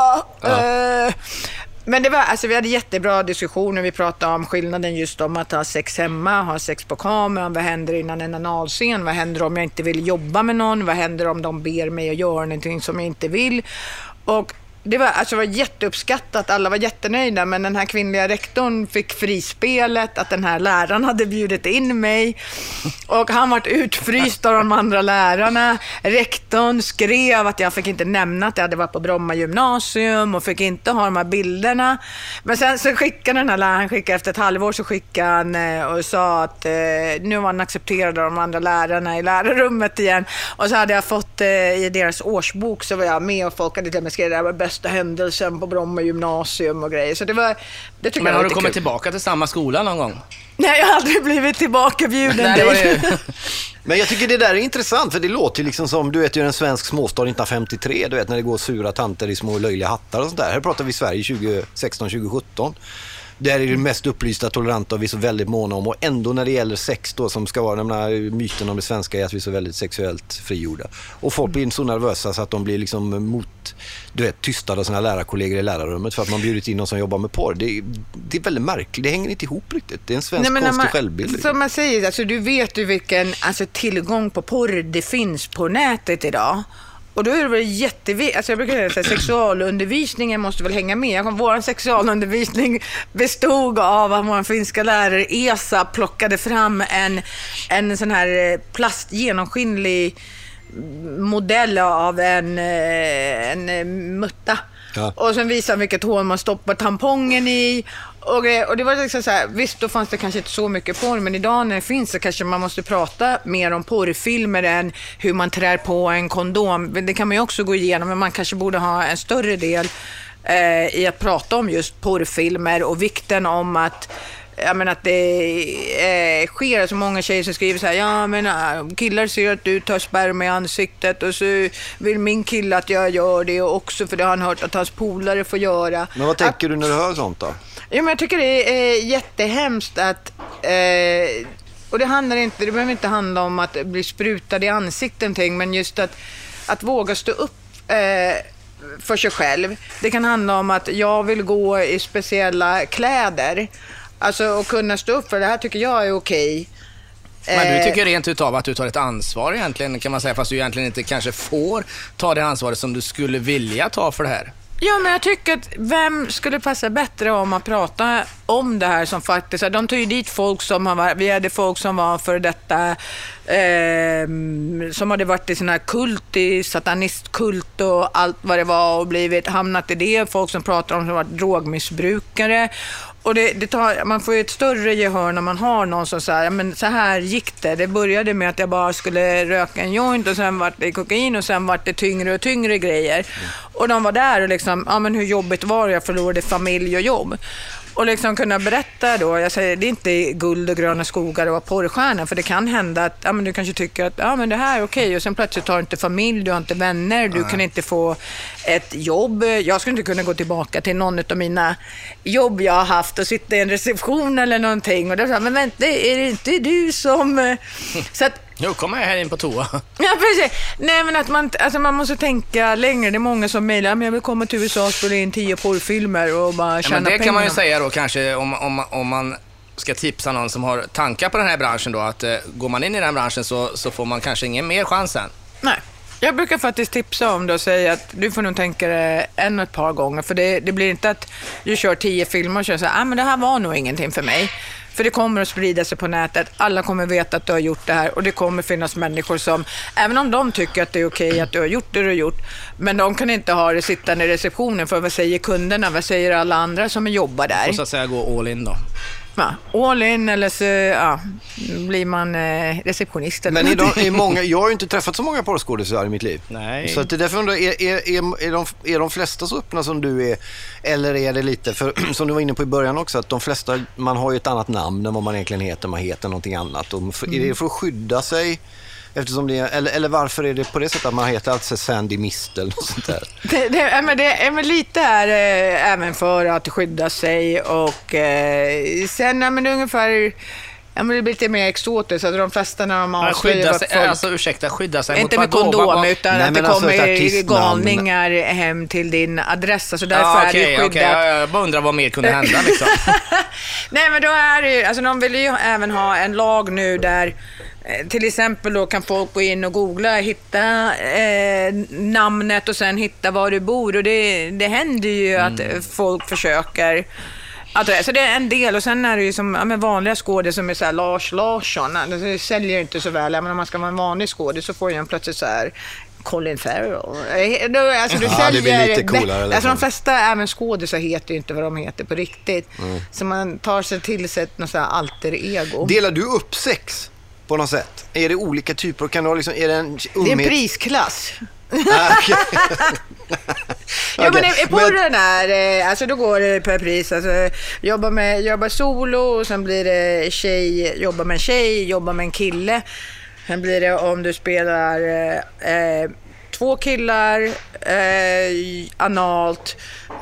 Ja. Men det var, alltså vi hade jättebra diskussioner. Vi pratade om skillnaden just om att ha sex hemma, ha sex på kameran. Vad händer innan en analscen? Vad händer om jag inte vill jobba med någon? Vad händer om de ber mig att göra någonting som jag inte vill? Och det var jätteuppskattat, alla var jättenöjda, men den här kvinnliga rektorn fick frispelet, att den här läraren hade bjudit in mig och han var utfryst av de andra lärarna. Rektorn skrev att jag fick inte nämna att jag hade varit på Bromma gymnasium och fick inte ha de här bilderna. Men sen så skickade den här läraren, efter ett halvår så skickade han och sa att nu var han accepterad av de andra lärarna i lärarrummet igen. Och så hade jag fått i deras årsbok, så var jag med och folk hade till mig skrivit det var bästa händelsen på Bromma gymnasium och grejer. Så det tycker men jag har du kommit kul. Tillbaka till samma skola någon gång? Nej, jag har aldrig blivit tillbakabjuden. Nej, det var det. Men jag tycker det där är intressant, för det låter ju liksom som, du vet ju en svensk småstad 1953, du vet när det går sura tanter i små löjliga hattar och sånt där. Här pratar vi Sverige 2016-2017. Där är det mest upplysta, toleranta och vi är så väldigt måna om. Och ändå när det gäller sex då, som ska vara den här myten om det svenska, är att vi är så väldigt sexuellt frigjorda. Och folk blir så nervösa så att de blir liksom tystade av sina lärarkollegor i lärarrummet för att man bjudit in någon som jobbar med porr. Det är väldigt märkligt, det hänger inte ihop riktigt. Det är en svensk konstig självbild. Liksom. Som man säger, alltså, du vet ju vilken tillgång på porr det finns på nätet idag. Och då är det väl jätteviktigt, alltså jag brukar säga sexualundervisningen måste väl hänga med. Vår sexualundervisning bestod av att vår finska lärare Esa plockade fram en sån här plastgenomskinlig modell av en mutta. Ja. Och sen visade vilket hål man stoppar tampongen i. Och det var liksom så här, visst då fanns det kanske inte så mycket porr, men idag när det finns så kanske man måste prata mer om porrfilmer än hur man trär på en kondom. Det kan man ju också gå igenom, men man kanske borde ha en större del i att prata om just porrfilmer och vikten om att att det sker så många tjejer som skriver så här, killar ser att du tar sperma i ansiktet och så vill min kille att jag gör det också, för det har han hört att hans polare får göra. Men vad tänker du när du hör sånt då? Ja, men jag tycker det är jättehemskt att och det behöver inte handla om att bli sprutad i ansiktet, men just att våga stå upp för sig själv. Det kan handla om att jag vill gå i speciella kläder. Alltså att kunna stå upp för det här tycker jag är okej. Men du tycker rent utav att du tar ett ansvar egentligen, kan man säga, fast du egentligen inte kanske får ta det ansvaret som du skulle vilja ta för det här. Ja, men jag tycker att vem skulle passa bättre om att prata om det här som faktiskt, de tog ju dit folk som vi hade folk som var för detta som hade varit i sån här kult, i satanistkult och allt vad det var och hamnat i det, folk som pratar om som varit drogmissbrukare. Och man får ju ett större gehör när man har någon som säger, men så här gick det. Det började med att jag bara skulle röka en joint och sen var det kokain och sen var det tyngre och tyngre grejer. Och de var där och liksom, men hur jobbigt var det? Jag förlorade familj och jobb. Och liksom kunna berätta då, jag säger det är inte guld och gröna skogar och vara porrstjärna, för det kan hända att men du kanske tycker att men det här är okej, och sen plötsligt har du inte familj, du har inte vänner, du kan inte få ett jobb. Jag skulle inte kunna gå tillbaka till någon av mina jobb jag har haft och sitta i en reception eller någonting och då sa men vänta, är det inte du som så att nu kommer jag här in på toa. Ja, precis. Nej, men att man måste tänka längre. Det är många som mejlar, men jag vill komma till USA och spela in 10 porrfilmer och bara tjäna pengar. Men det kan man ju säga då kanske om man ska tipsa någon som har tankar på den här branschen då, att går man in i den branschen så får man kanske ingen mer chans än. Nej. Jag brukar faktiskt tipsa om det och säga att du får nog tänka det en och ett par gånger. För det blir inte att du kör 10 filmer och kör så här, men det här var nog ingenting för mig. För det kommer att sprida sig på nätet. Alla kommer veta att du har gjort det här. Och det kommer finnas människor som, även om de tycker att det är okej att du har gjort det du har gjort, men de kan inte ha det sittande i receptionen. För vad säger kunderna? Vad säger alla andra som jobbar där? Och så att säga gå all in då. Ja, all in eller så blir man receptionist. Eller men många, jag har ju inte träffat så många porrskådespelare i mitt liv. Nej. Så att det är därför undrar, är de flesta så öppna som du är? Eller är det lite, för som du var inne på i början också, att de flesta, man har ju ett annat namn än vad man egentligen heter, man heter någonting annat. Och är det för att skydda sig? Eftersom det eller varför är det på det sättet att man heter alltså Sandy Mistel och sånt där? Men lite är även för att skydda sig och sen ungefär det blir lite mer exotiskt, så att de flesta när de avslöjar skydda sig, alltså ursäkta, skydda sig inte mot med kondom utan nej, att det alltså kommer galningar hem till din adress, så därför är det skyddat. Jag bara undrar vad mer kunde hända liksom. Nej, men då är det ju, alltså de vill ju även ha en lag nu där till exempel då kan folk gå in och googla, hitta namnet och sen hitta var du bor, och det händer ju att folk försöker. Så det är en del, och sen är det ju som vanliga skådespelare som är så här Lars Larsson, det säljer inte så väl, men om man ska vara en vanlig skådespelare så får ju en plötsligt så här Colin Farrell. Alltså du säljer, det blir lite coolare. Alltså de flesta även skådespelare heter ju inte vad de heter på riktigt. Så man tar sig till sig något så här alter ego. Delar du upp sex på något sätt? Är det olika typer? Kan du liksom, är det det är en prisklass. Okay. Men på den här, alltså då går det per pris, alltså jobbar solo och sen blir det jobbar med en tjej, jobbar med en kille. Sen blir det om du spelar 2 killar, analt,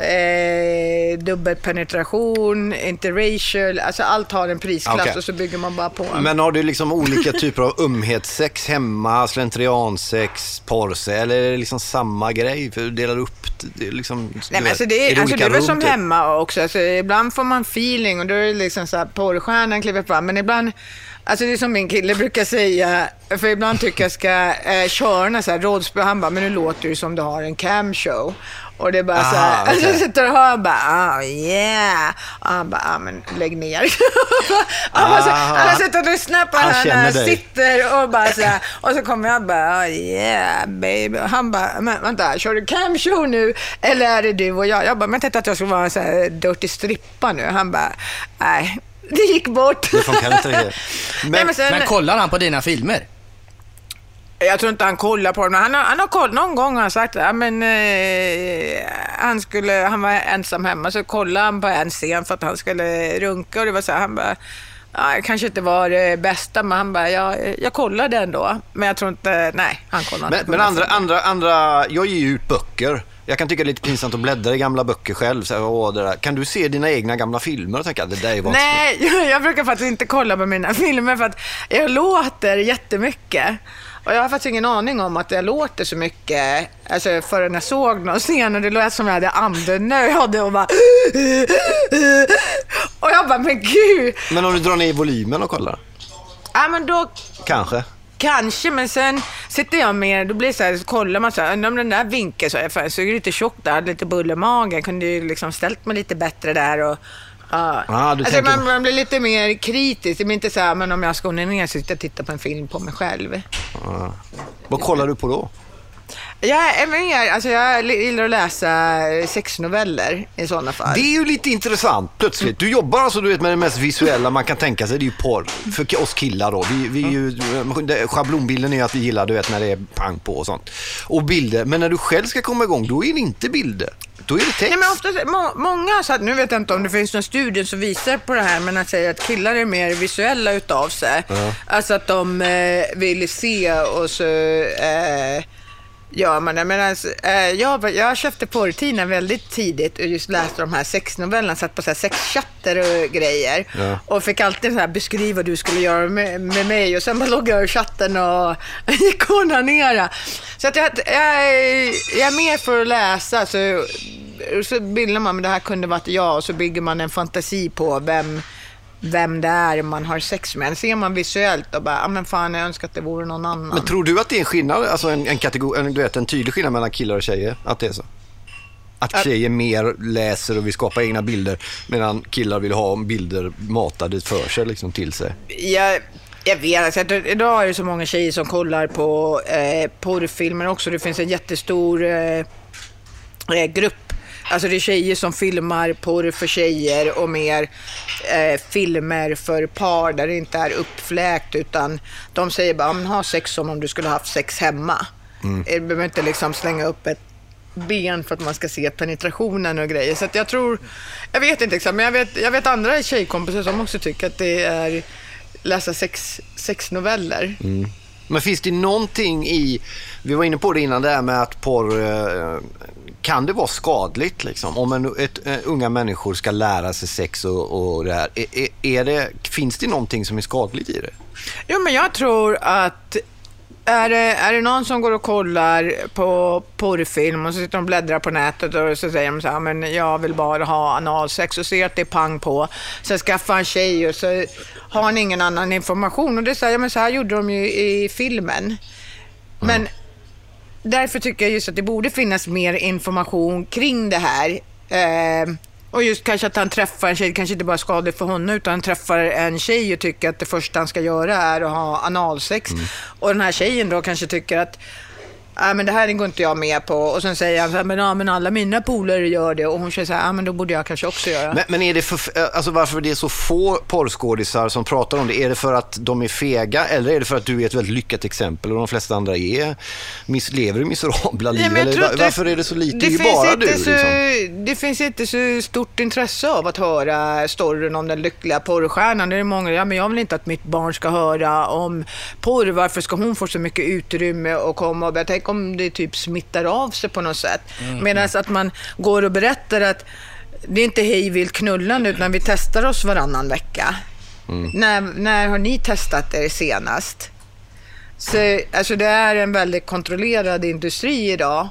dubbelpenetration, interracial, alltså allt har en prisklass. Okay. Och så bygger man bara på. Men har du liksom olika typer av umhetssex hemma, slentriansex, porse, eller är det liksom samma grej? För du delar upp det liksom. Nej, men alltså det är väl som hemma också. Alltså, ibland får man feeling och då är det liksom så här, porrstjärnan kliver fram, men ibland, alltså det är som min kille brukar säga, för ibland tycker jag ska köra så här rådspel, han bara, men nu låter det som du har en camshow. Och det är bara så här, okay. Så sitter och hör bara, yeah. Och han bara, men lägg ner. Han sitter och lyssnar på han sitter och bara så här, och så kommer jag bara, yeah baby. Och han bara, men vänta, kör du camshow nu? Eller är det du och jag? Jag bara, men jag tänkte att jag skulle vara en så här dirty strippa nu. Han bara, nej. Det gick bort. Det funkar inte riktigt. Men kollar han på dina filmer? Jag tror inte han kollar på dem. Han har kollat någon gång, har han sagt att han var ensam hemma, så kollade han på en scen för att han skulle runka, och det var så här, han bara, kanske inte var det bästa, men han bara, jag kollade ändå, men jag tror inte, nej, han kollade inte. Men andra, jag ger ju ut böcker. Jag kan tycka det är lite pinsamt att bläddra i gamla böcker själv. Så, det där. Kan du se dina egna gamla filmer och tänka att det där är vansinnigt? Nej, jag brukar faktiskt inte kolla på mina filmer för att jag låter jättemycket. Och jag har faktiskt ingen aning om att jag låter så mycket, alltså förrän jag såg någon scen och det lät som jag hade andnöd och bara och jag bara, men gud. Men om du drar ner volymen och kollar? Ja, men då Kanske, men sen sitter jag med, då blir det så här, så kollar man så här, om den där vinkeln så är det lite tjockt där, lite bullermage, kunde ju liksom ställt mig lite bättre där och Ja. Alltså man blir lite mer kritisk. Det blir inte så här, men om jag ska ner så och titta på en film på mig själv. Vad kollar du på då? Jag gillar att läsa sexnoveller i sådana fall. Det är ju lite intressant plötsligt. Du jobbar alltså med det mest visuella man kan tänka sig. Det är ju porr för oss killar då. Vi är ju, schablonbilden är att vi gillar när det är pang på och sånt. Och bilder. Men när du själv ska komma igång, då är det inte bilder. Då är det text. Nej, men oftast, många, så att, nu vet jag inte om det finns någon studie som visar på det här, men att säga att killar är mer visuella utav sig. Alltså att de vill se och så... Ja, men jag köpte porrtidningar väldigt tidigt och just läste de här sexnovellerna, satt på så här sexchatter och grejer och fick alltid så här beskriva vad du skulle göra med mig och sen bara loggade jag i chatten och gick och onanera. Så att jag är mer för att läsa, så bildar man, men det här kunde varit jag, och så bygger man en fantasi på vem det är man har sex med. Ser man visuellt och bara, men fan, jag önskar att det vore någon annan. Men tror du att det är en skillnad, alltså en kategori, en tydlig skillnad mellan killar och tjejer, att det är så? Att tjejer mer läser och vill skapa egna bilder, medan killar vill ha bilder matade för sig, liksom till sig? Jag vet, alltså, idag är det så många tjejer som kollar på porrfilmer också. Det finns en jättestor grupp. Alltså det är tjejer som filmar porr för tjejer och mer filmer för par där det inte är uppfläkt, utan de säger bara, ha sex som om du skulle ha haft sex hemma. Du behöver inte liksom slänga upp ett ben för att man ska se penetrationen och grejer. Så att jag vet inte exakt, men jag vet andra tjejkompisar som också tycker att det är läsa sexnoveller. Men finns det någonting i, vi var inne på det innan, det här med att porr, kan det vara skadligt liksom? Om unga människor ska lära sig sex och det här, finns det någonting som är skadligt i det? Jo, men jag tror att är det någon som går och kollar på porrfilm och så sitter de och bläddrar på nätet och så säger de så här, men jag vill bara ha analsex, och ser att det är pang på, så skaffa en tjej och så har han ingen annan information, och det säger, men så här gjorde de ju i filmen. Men därför tycker jag just att det borde finnas mer information kring det här. Och just kanske att han träffar en tjej, kanske inte bara skadligt för honom, utan han träffar en tjej och tycker att det första han ska göra är att ha analsex. Och den här tjejen då kanske tycker att men det här går inte jag med på. Och sen säger han så här, men alla mina polare gör det. Och hon säger så här, men då borde jag kanske också göra. Men är det alltså varför det är så få porrskådisar som pratar om det? Är det för att de är fega, eller är det för att du är ett väldigt lyckat exempel och de flesta andra lever i miserabla liv? Varför är det så lite? Det är ju bara du. Liksom. Det finns inte så stort intresse av att höra storyn om den lyckliga porrstjärnan. Det är många, men jag vill inte att mitt barn ska höra om porr. Varför ska hon få så mycket utrymme och komma och börja, om det typ smittar av sig på något sätt. Medan att man går och berättar att det är inte hej vilt knullande, utan vi testar oss varannan vecka. När har ni testat er senast? Så, alltså det är en väldigt kontrollerad industri idag.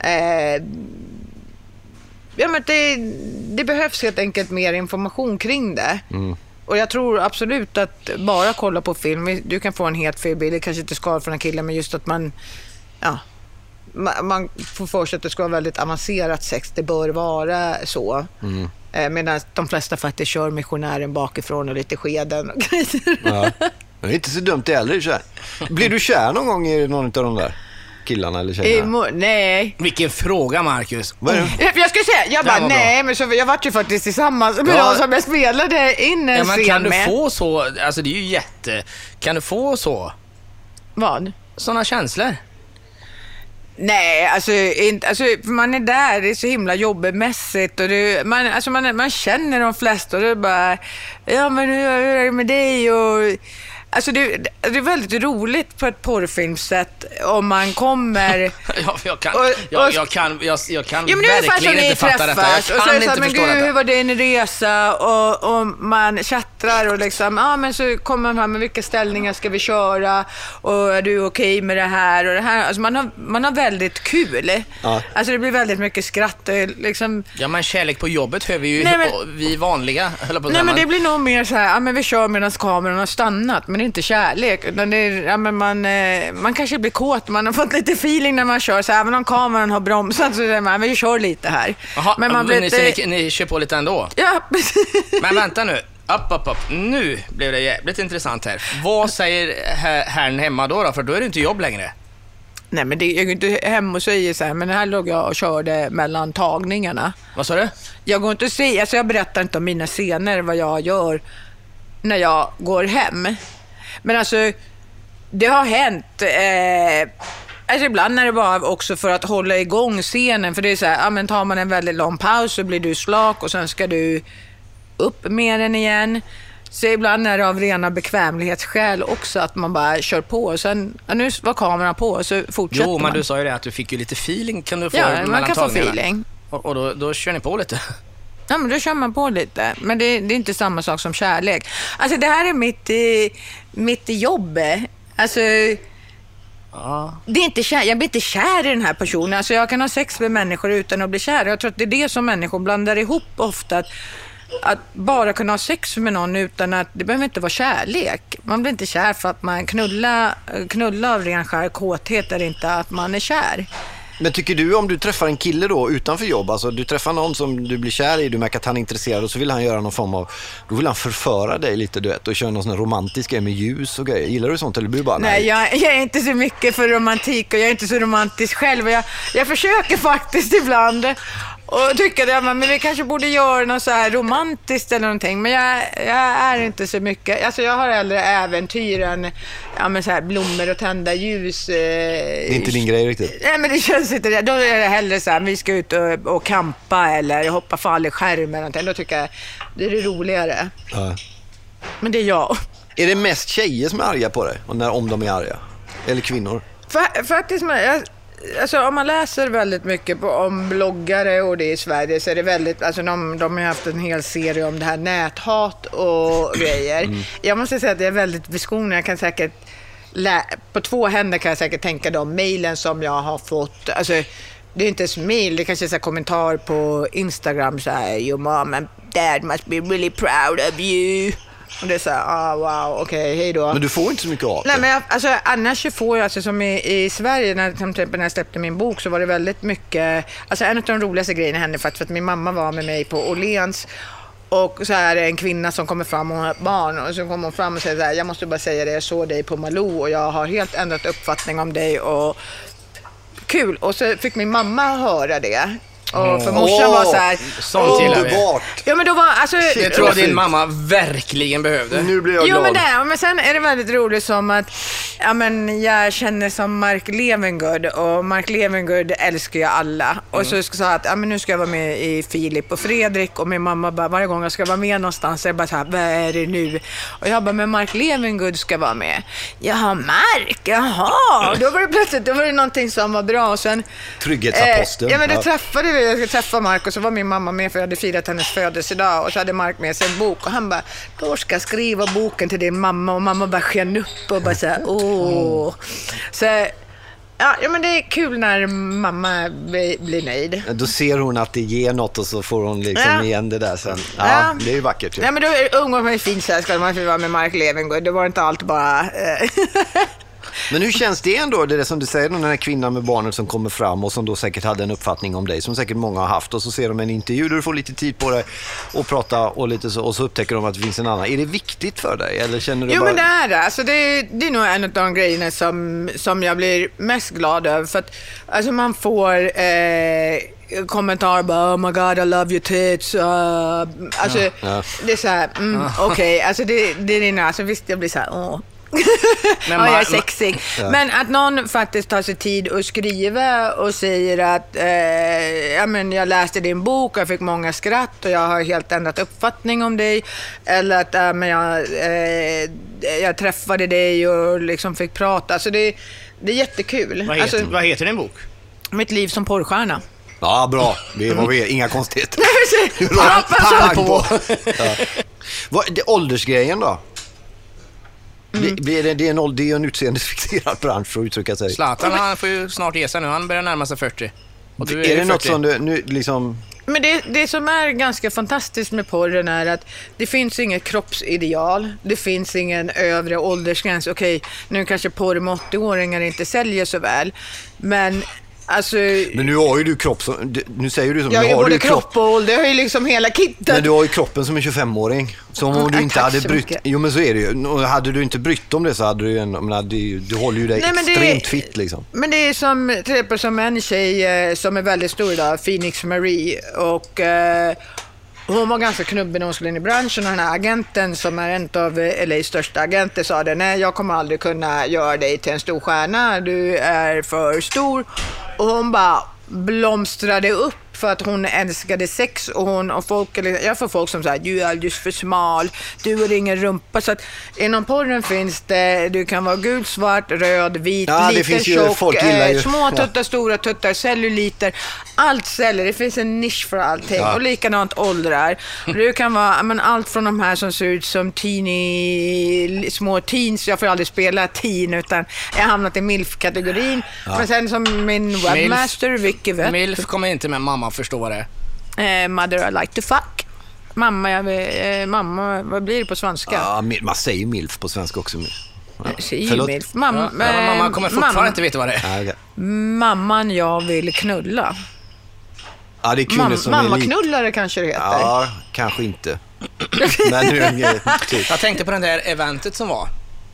Men det behövs helt enkelt mer information kring det. Och jag tror absolut att bara kolla på film, du kan få en helt fel bild, det kanske inte ska från en kille, men just att man får för sig att det ska vara väldigt avancerat sex. Det bör vara så. Medan de flesta faktiskt kör missionären bakifrån och lite skeden och grejer. Ja. Det är inte så dumt det heller. Blir du kär någon gång i någon av de där killarna eller tjejerna? Nej. Vilken fråga, Marcus. Jag skulle säga, nej, men så, jag var ju faktiskt tillsammans med någon som jag spelade in en scen kan du med. få så, alltså det är ju kan du få så? Vad? Såna känslor? Nej, alltså man är där, det är så himla jobbmässigt och man känner de flesta och det är bara, men hur är det med dig? Och alltså det är väldigt roligt på ett porrfilmssätt om man kommer. Jag kan verkligen inte fatta detta. Jag kan inte förstå detta. Hur var det en resa? Och man chattrar och liksom, men så kommer man här med vilka ställningar ska vi köra? Och är du okej med det här och det här? Alltså man har väldigt kul. Ja. Alltså det blir väldigt mycket skratt. Liksom. Ja, men kärlek på jobbet hör vi ju vi vanliga. Men det blir nog mer så här, men vi kör medan kameran har stannat. men det är inte kärlek. Utan det är, ja, men man kanske blir kåt, man har fått lite feeling när man kör. Så även om kameran har bromsat så är man, vi kör lite här. Aha, men man blir ni kör på lite ändå? Ja, Men vänta nu. Upp. Nu blev det jävligt intressant här. Vad säger herrn hemma då? För då är det inte jobb längre. Nej, men jag går inte hem och säger så här, men här låg jag och körde mellan tagningarna. Vad sa du? Jag går inte och säger, alltså jag berättar inte om mina scener, vad jag gör när jag går hem. Men alltså, det har hänt. Alltså ibland när det bara också för att hålla igång scenen, för det är så här, ja, men tar man en väldigt lång paus så blir du slak och sen ska du upp med den igen. Så ibland är det av rena bekvämlighetsskäl också att man bara kör på och sen, ja, nu var kameran på och så fortsätter man. Jo, men du sa ju det att du fick ju lite feeling, kan du få mellan man kan tagningarna. Få feeling. Och då kör ni på lite. Ja, men då kör man på lite. Men det är inte samma sak som kärlek. Alltså det här är mitt jobb. Alltså, det är inte jag blir inte kär i den här personen. Alltså jag kan ha sex med människor utan att bli kär. Jag tror att det är det som människor blandar ihop ofta. Att bara kunna ha sex med någon utan att det behöver inte vara kärlek. Man blir inte kär för att man knullar av ren skär kåthet, är inte att man är kär. Men tycker du, om du träffar en kille då utanför jobb, alltså du träffar någon som du blir kär i, du märker att han är intresserad och så vill han göra någon form av, då vill han förföra dig lite, du vet, och köra någon sån här romantisk grej med ljus och grejer. Gillar du sånt eller blir du bara nej? Jag är inte så mycket för romantik och jag är inte så romantisk själv och jag försöker faktiskt ibland och tycker att men vi kanske borde göra något så här romantiskt eller någonting, men jag är inte så mycket. Alltså jag har hellre äventyr än så här blommor och tända ljus. Det är inte din grej riktigt. Nej, men det känns inte det. Då är det hellre så här, vi ska ut och kampa eller hoppa fallskärm eller någonting. Då tycker jag det är det roligare. Ja. Men det är jag. Är det mest tjejer som är arga på dig? Om de är arga? Eller kvinnor? Faktiskt, alltså om man läser väldigt mycket om bloggare och det i Sverige så är det väldigt, alltså de har haft en hel serie om det här näthat och grejer. Jag måste säga att det är väldigt beskonande. Jag kan säkert på 2 händer kan jag säkert tänka de mejlen som jag har fått. Alltså det är inte ens mejl, det kanske är så här kommentar på Instagram så här, your mom and dad must be really proud of you. Och det är så här, wow, okej, hej då. Men du får inte så mycket av det. Nej, men annars får jag, alltså som i Sverige, när jag släppte min bok så var det väldigt mycket, alltså en av de roligaste grejerna hände för att min mamma var med mig på Åhléns och så är det en kvinna som kommer fram och har ett barn och så kommer hon fram och säger så här, jag måste bara säga det, jag såg dig på Malou och jag har helt ändrat uppfattning om dig och kul. Och så fick min mamma höra det. Och för morsan var så här, sånt gillar vi. Ja, men då var alltså, jag tror att din mamma verkligen behövde. Nu blir jag glad. Men sen är det väldigt roligt som att jag känner som Mark Levengood och Mark Levengood älskar ju alla. Och så sa att nu ska jag vara med i Filip och Fredrik och min mamma bara, varje gång jag ska vara med någonstans så är jag bara så här, vad är det nu? Och jag bara, men Mark Levengood ska vara med. Jaha, Mark, jaha. Då var det plötsligt, då var det någonting som var bra och sen Trygghetsaposteln. Ja, men då träffade vi, jag skulle träffa Mark och så var min mamma med för jag hade firat hennes födelsedag och så hade Mark med sig en bok och han bara, då ska jag skriva boken till din mamma och mamma bara sken upp och bara så här, Så ja, men det är kul när mamma blir nöjd. Då ser hon att det ger något och så får hon liksom igen det där sen. Ja, det är ju vackert. Ja, men då umgås man ju fint så här, ska man vara med Mark Levengood. Det var inte allt bara... Men hur känns det ändå, det är det som du säger, den här kvinnan med barnet som kommer fram och som då säkert hade en uppfattning om dig, som säkert många har haft, och så ser de en intervju där du får lite tid på dig och prata och lite så, och så upptäcker de att det finns en annan. Är det viktigt för dig? Eller känner du jo, bara... men det är det. Alltså det är nog en av de grejerna som jag blir mest glad över. För att alltså man får... kommentarer bara, oh my god, I love your tits. Alltså, det är så här, okej. Alltså det är alltså visst, jag blir så här, men jag är sexig. Men att någon faktiskt tar sig tid att skriva och säger att jag läste din bok och jag fick många skratt och jag har helt ändrat uppfattning om dig, eller att jag träffade dig och liksom fick prata. Alltså det är jättekul. Vad heter din bok? Mitt liv som porrstjärna. Ja, bra. Det var inga konstigheter. Pang på. Det åldersgrejen då? Det är en utseendefixerad bransch för att uttrycka sig. Zlatan, han får ju snart ge sig nu. Han börjar närma sig 40. Och du är det 40. Något som du nu liksom... Men det som är ganska fantastiskt med porren är att det finns inget kroppsideal. Det finns ingen övre åldersgräns. Okej, nu kanske porr med 80-åringar inte säljer så väl. Men alltså... Men nu har ju du kropp som... Nu säger du som... Jag nu har har både du kropp och ålder. Jag har ju liksom hela kittet. Men du har ju kroppen som en 25-åring. Så om du inte hade brytt... Jo, men så är det ju. Och hade du inte brytt om det så hade du ju... Du håller ju dig extremt fitt liksom. Men det är som, till exempel som en tjej som är väldigt stor idag, Phoenix Marie. Och hon var ganska knubbig när hon skulle in i branschen. Och den här agenten som är en av LAs största agenter sa det: nej, jag kommer aldrig kunna göra dig till en stor stjärna. Du är för stor. Och hon bara blomstrade upp för att hon älskade sex och folk, jag får folk som säger du är alldeles för smal, du har ingen rumpa. Så att inom porren finns det, du kan vara gul, svart, röd, vit, liten, tjock, små tuttar, stora tuttar, celluliter, allt celler, det finns en nisch för allting. Och likadant åldrar. Du kan vara allt från de här som ser ut som små teens, jag får aldrig spela teen utan jag har hamnat i MILF-kategorin. Men sen som min webmaster Vicky vet. MILF kommer inte med mamma förstå vad det är. Mother I like to fuck. Mamma, vad blir det på svenska? Ja, man säger MILF på svenska också. MILF. Mamma kommer fortfarande inte veta vad det är. Okay. Mamman jag vill knulla. Ja, det är kvinnor som mamma knullare kanske det heter. Ja, kanske inte. Men nu, typ. Jag tänkte på den där eventet som var.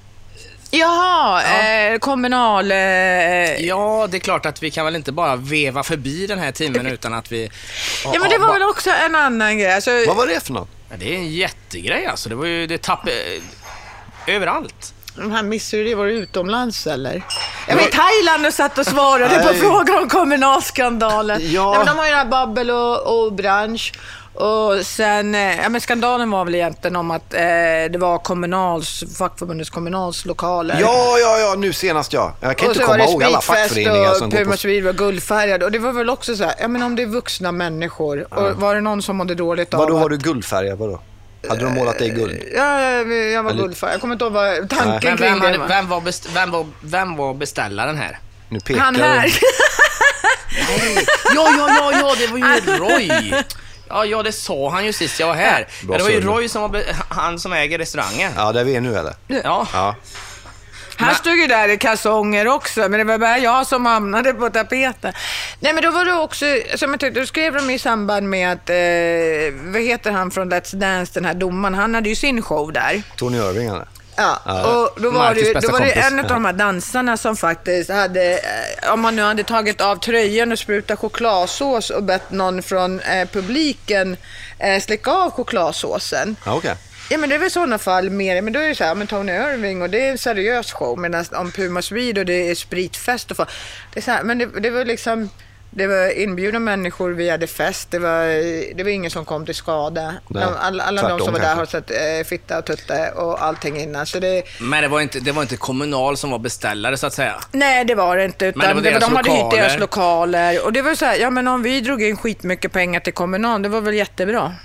Jaha, kommunal... Ja, det är klart att vi kan väl inte bara veva förbi den här timmen utan att vi... Ja, men det var väl också en annan grej. Alltså, vad var det för något? Ja, det är en jättegrej alltså. Det var ju överallt. De här missade det var utomlands eller? Jag vet Thailand och satt och svarade på frågor om kommunalskandalen. Ja. Nej, men de har ju den här Babbel och bransch. Och sen, men skandalen var väl egentligen om att det var fackförbundets kommunalslokaler. Ja, nu senast jag kan inte komma ihåg alla fackföreningar som går på... Och så var guldfärgad. Och det var väl också så här, ja men om det är vuxna människor. Och var det någon som mådde dåligt av... Vadå var du guldfärgad, vadå? Hade de målat dig guld? Ja, jag var guldfärgad. Jag kommer inte ihåg vad tanken kring det var. Vem var beställaren här? Nu pekar han här. Nej. Ja, det var ju Roy. Ja, det sa han ju sist jag var här. Ja, det var ju Roy som var han som äger restaurangen. Ja, där vi är nu eller? Ja. Han stod ju där i kalsonger också, men det var bara jag som hamnade på tapeten. Nej, men då var det också, som jag tyckte, då skrev de i samband med att, vad heter han från Let's Dance, den här domaren, han hade ju sin show där. Tony Irving, eller? Ja, och då var det en av de här dansarna som faktiskt hade, om man nu hade tagit av tröjan och sprutat chokladsås och bett någon från publiken slicka av chokladsåsen. Okay. Ja, men det är väl i sådana fall mer, men då är det så här, men Tony Irving och det är en seriös show, medan om Puma Swede och det är spritfest och det är så här, men det var liksom, det var inbjudna människor, vi hade fest, det var ingen som kom till skada. Alla de som var där har sett fitta och tutta och allting innan. Så men det var inte kommunal som var beställare så att säga? Nej, det var det inte. Utan de hade hyrt deras lokaler. Och det var så här, ja men om vi drog in skitmycket pengar till kommunal, det var väl jättebra.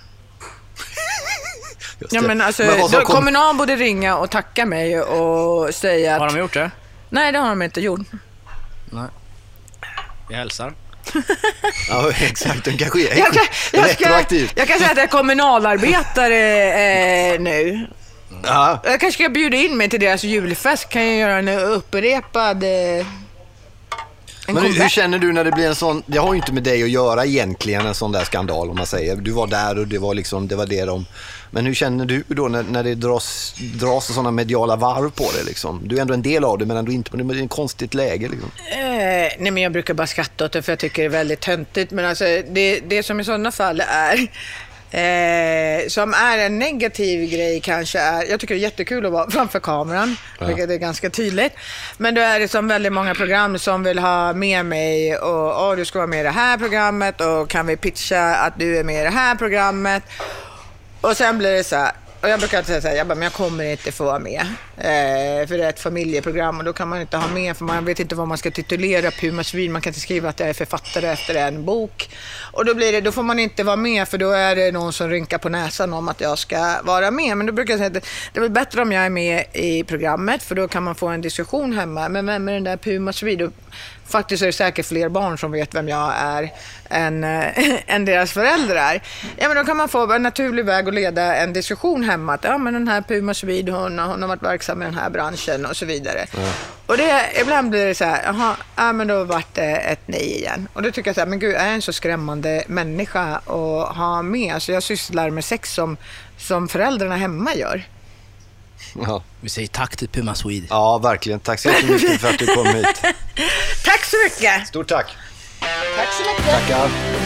Ja, men alltså, kommunal borde ringa och tacka mig och säga att... Har de gjort det? Nej, det har de inte gjort. Nej. Jag hälsar. Ja, exakt. Den kanske är retroaktiv. Jag kan säga att jag är kommunalarbetare nu. Ja. Jag kanske ska bjuda in mig till deras julfest. Kan jag göra en upprepad... Men hur känner du när det blir en sån... Det har ju inte med dig att göra egentligen, en sån där skandal om man säger. Du var där och det var det de... Men hur känner du då när det dras sådana mediala varv på det liksom? Du är ändå en del av det, men ändå inte. Det är ett konstigt läge liksom. Nej, men jag brukar bara skratta åt det för jag tycker det är väldigt töntigt. Men alltså, det som i sådana fall är... som är en negativ grej kanske är, jag tycker det är jättekul att vara framför kameran, vilket är ganska tydligt, men då är det som väldigt många program som vill ha med mig och du ska vara med i det här programmet och kan vi pitcha att du är med i det här programmet och sen blir det så här, och jag brukar säga så här, men jag kommer inte få vara med För det är ett familjeprogram och då kan man inte ha med, för man vet inte vad man ska titulera Puma Swede. Man kan inte skriva att jag är författare efter en bok. Och då får man inte vara med, för då är det någon som rynkar på näsan om att jag ska vara med. Men då brukar jag säga att det är väl bättre om jag är med i programmet, för då kan man få en diskussion hemma. Men vem är den där Puma Swede? Faktiskt är det säkert fler barn som vet vem jag är än deras föräldrar. Ja, men då kan man få en naturlig väg att leda en diskussion hemma. Att men den här Puma Swede, hon har varit verksam i den här branschen och så vidare. Ja. Och ibland blir det så här, men då vart det ett nej igen. Och då tycker jag så här, men gud, jag är en så skrämmande människa att ha med. Så jag sysslar med sex som föräldrarna hemma gör. Ja. Vi säger tack till Puma Swede. Ja, verkligen. Tack så mycket för att du kom hit. Tack så mycket. Stort tack. Tack så mycket. Tackar.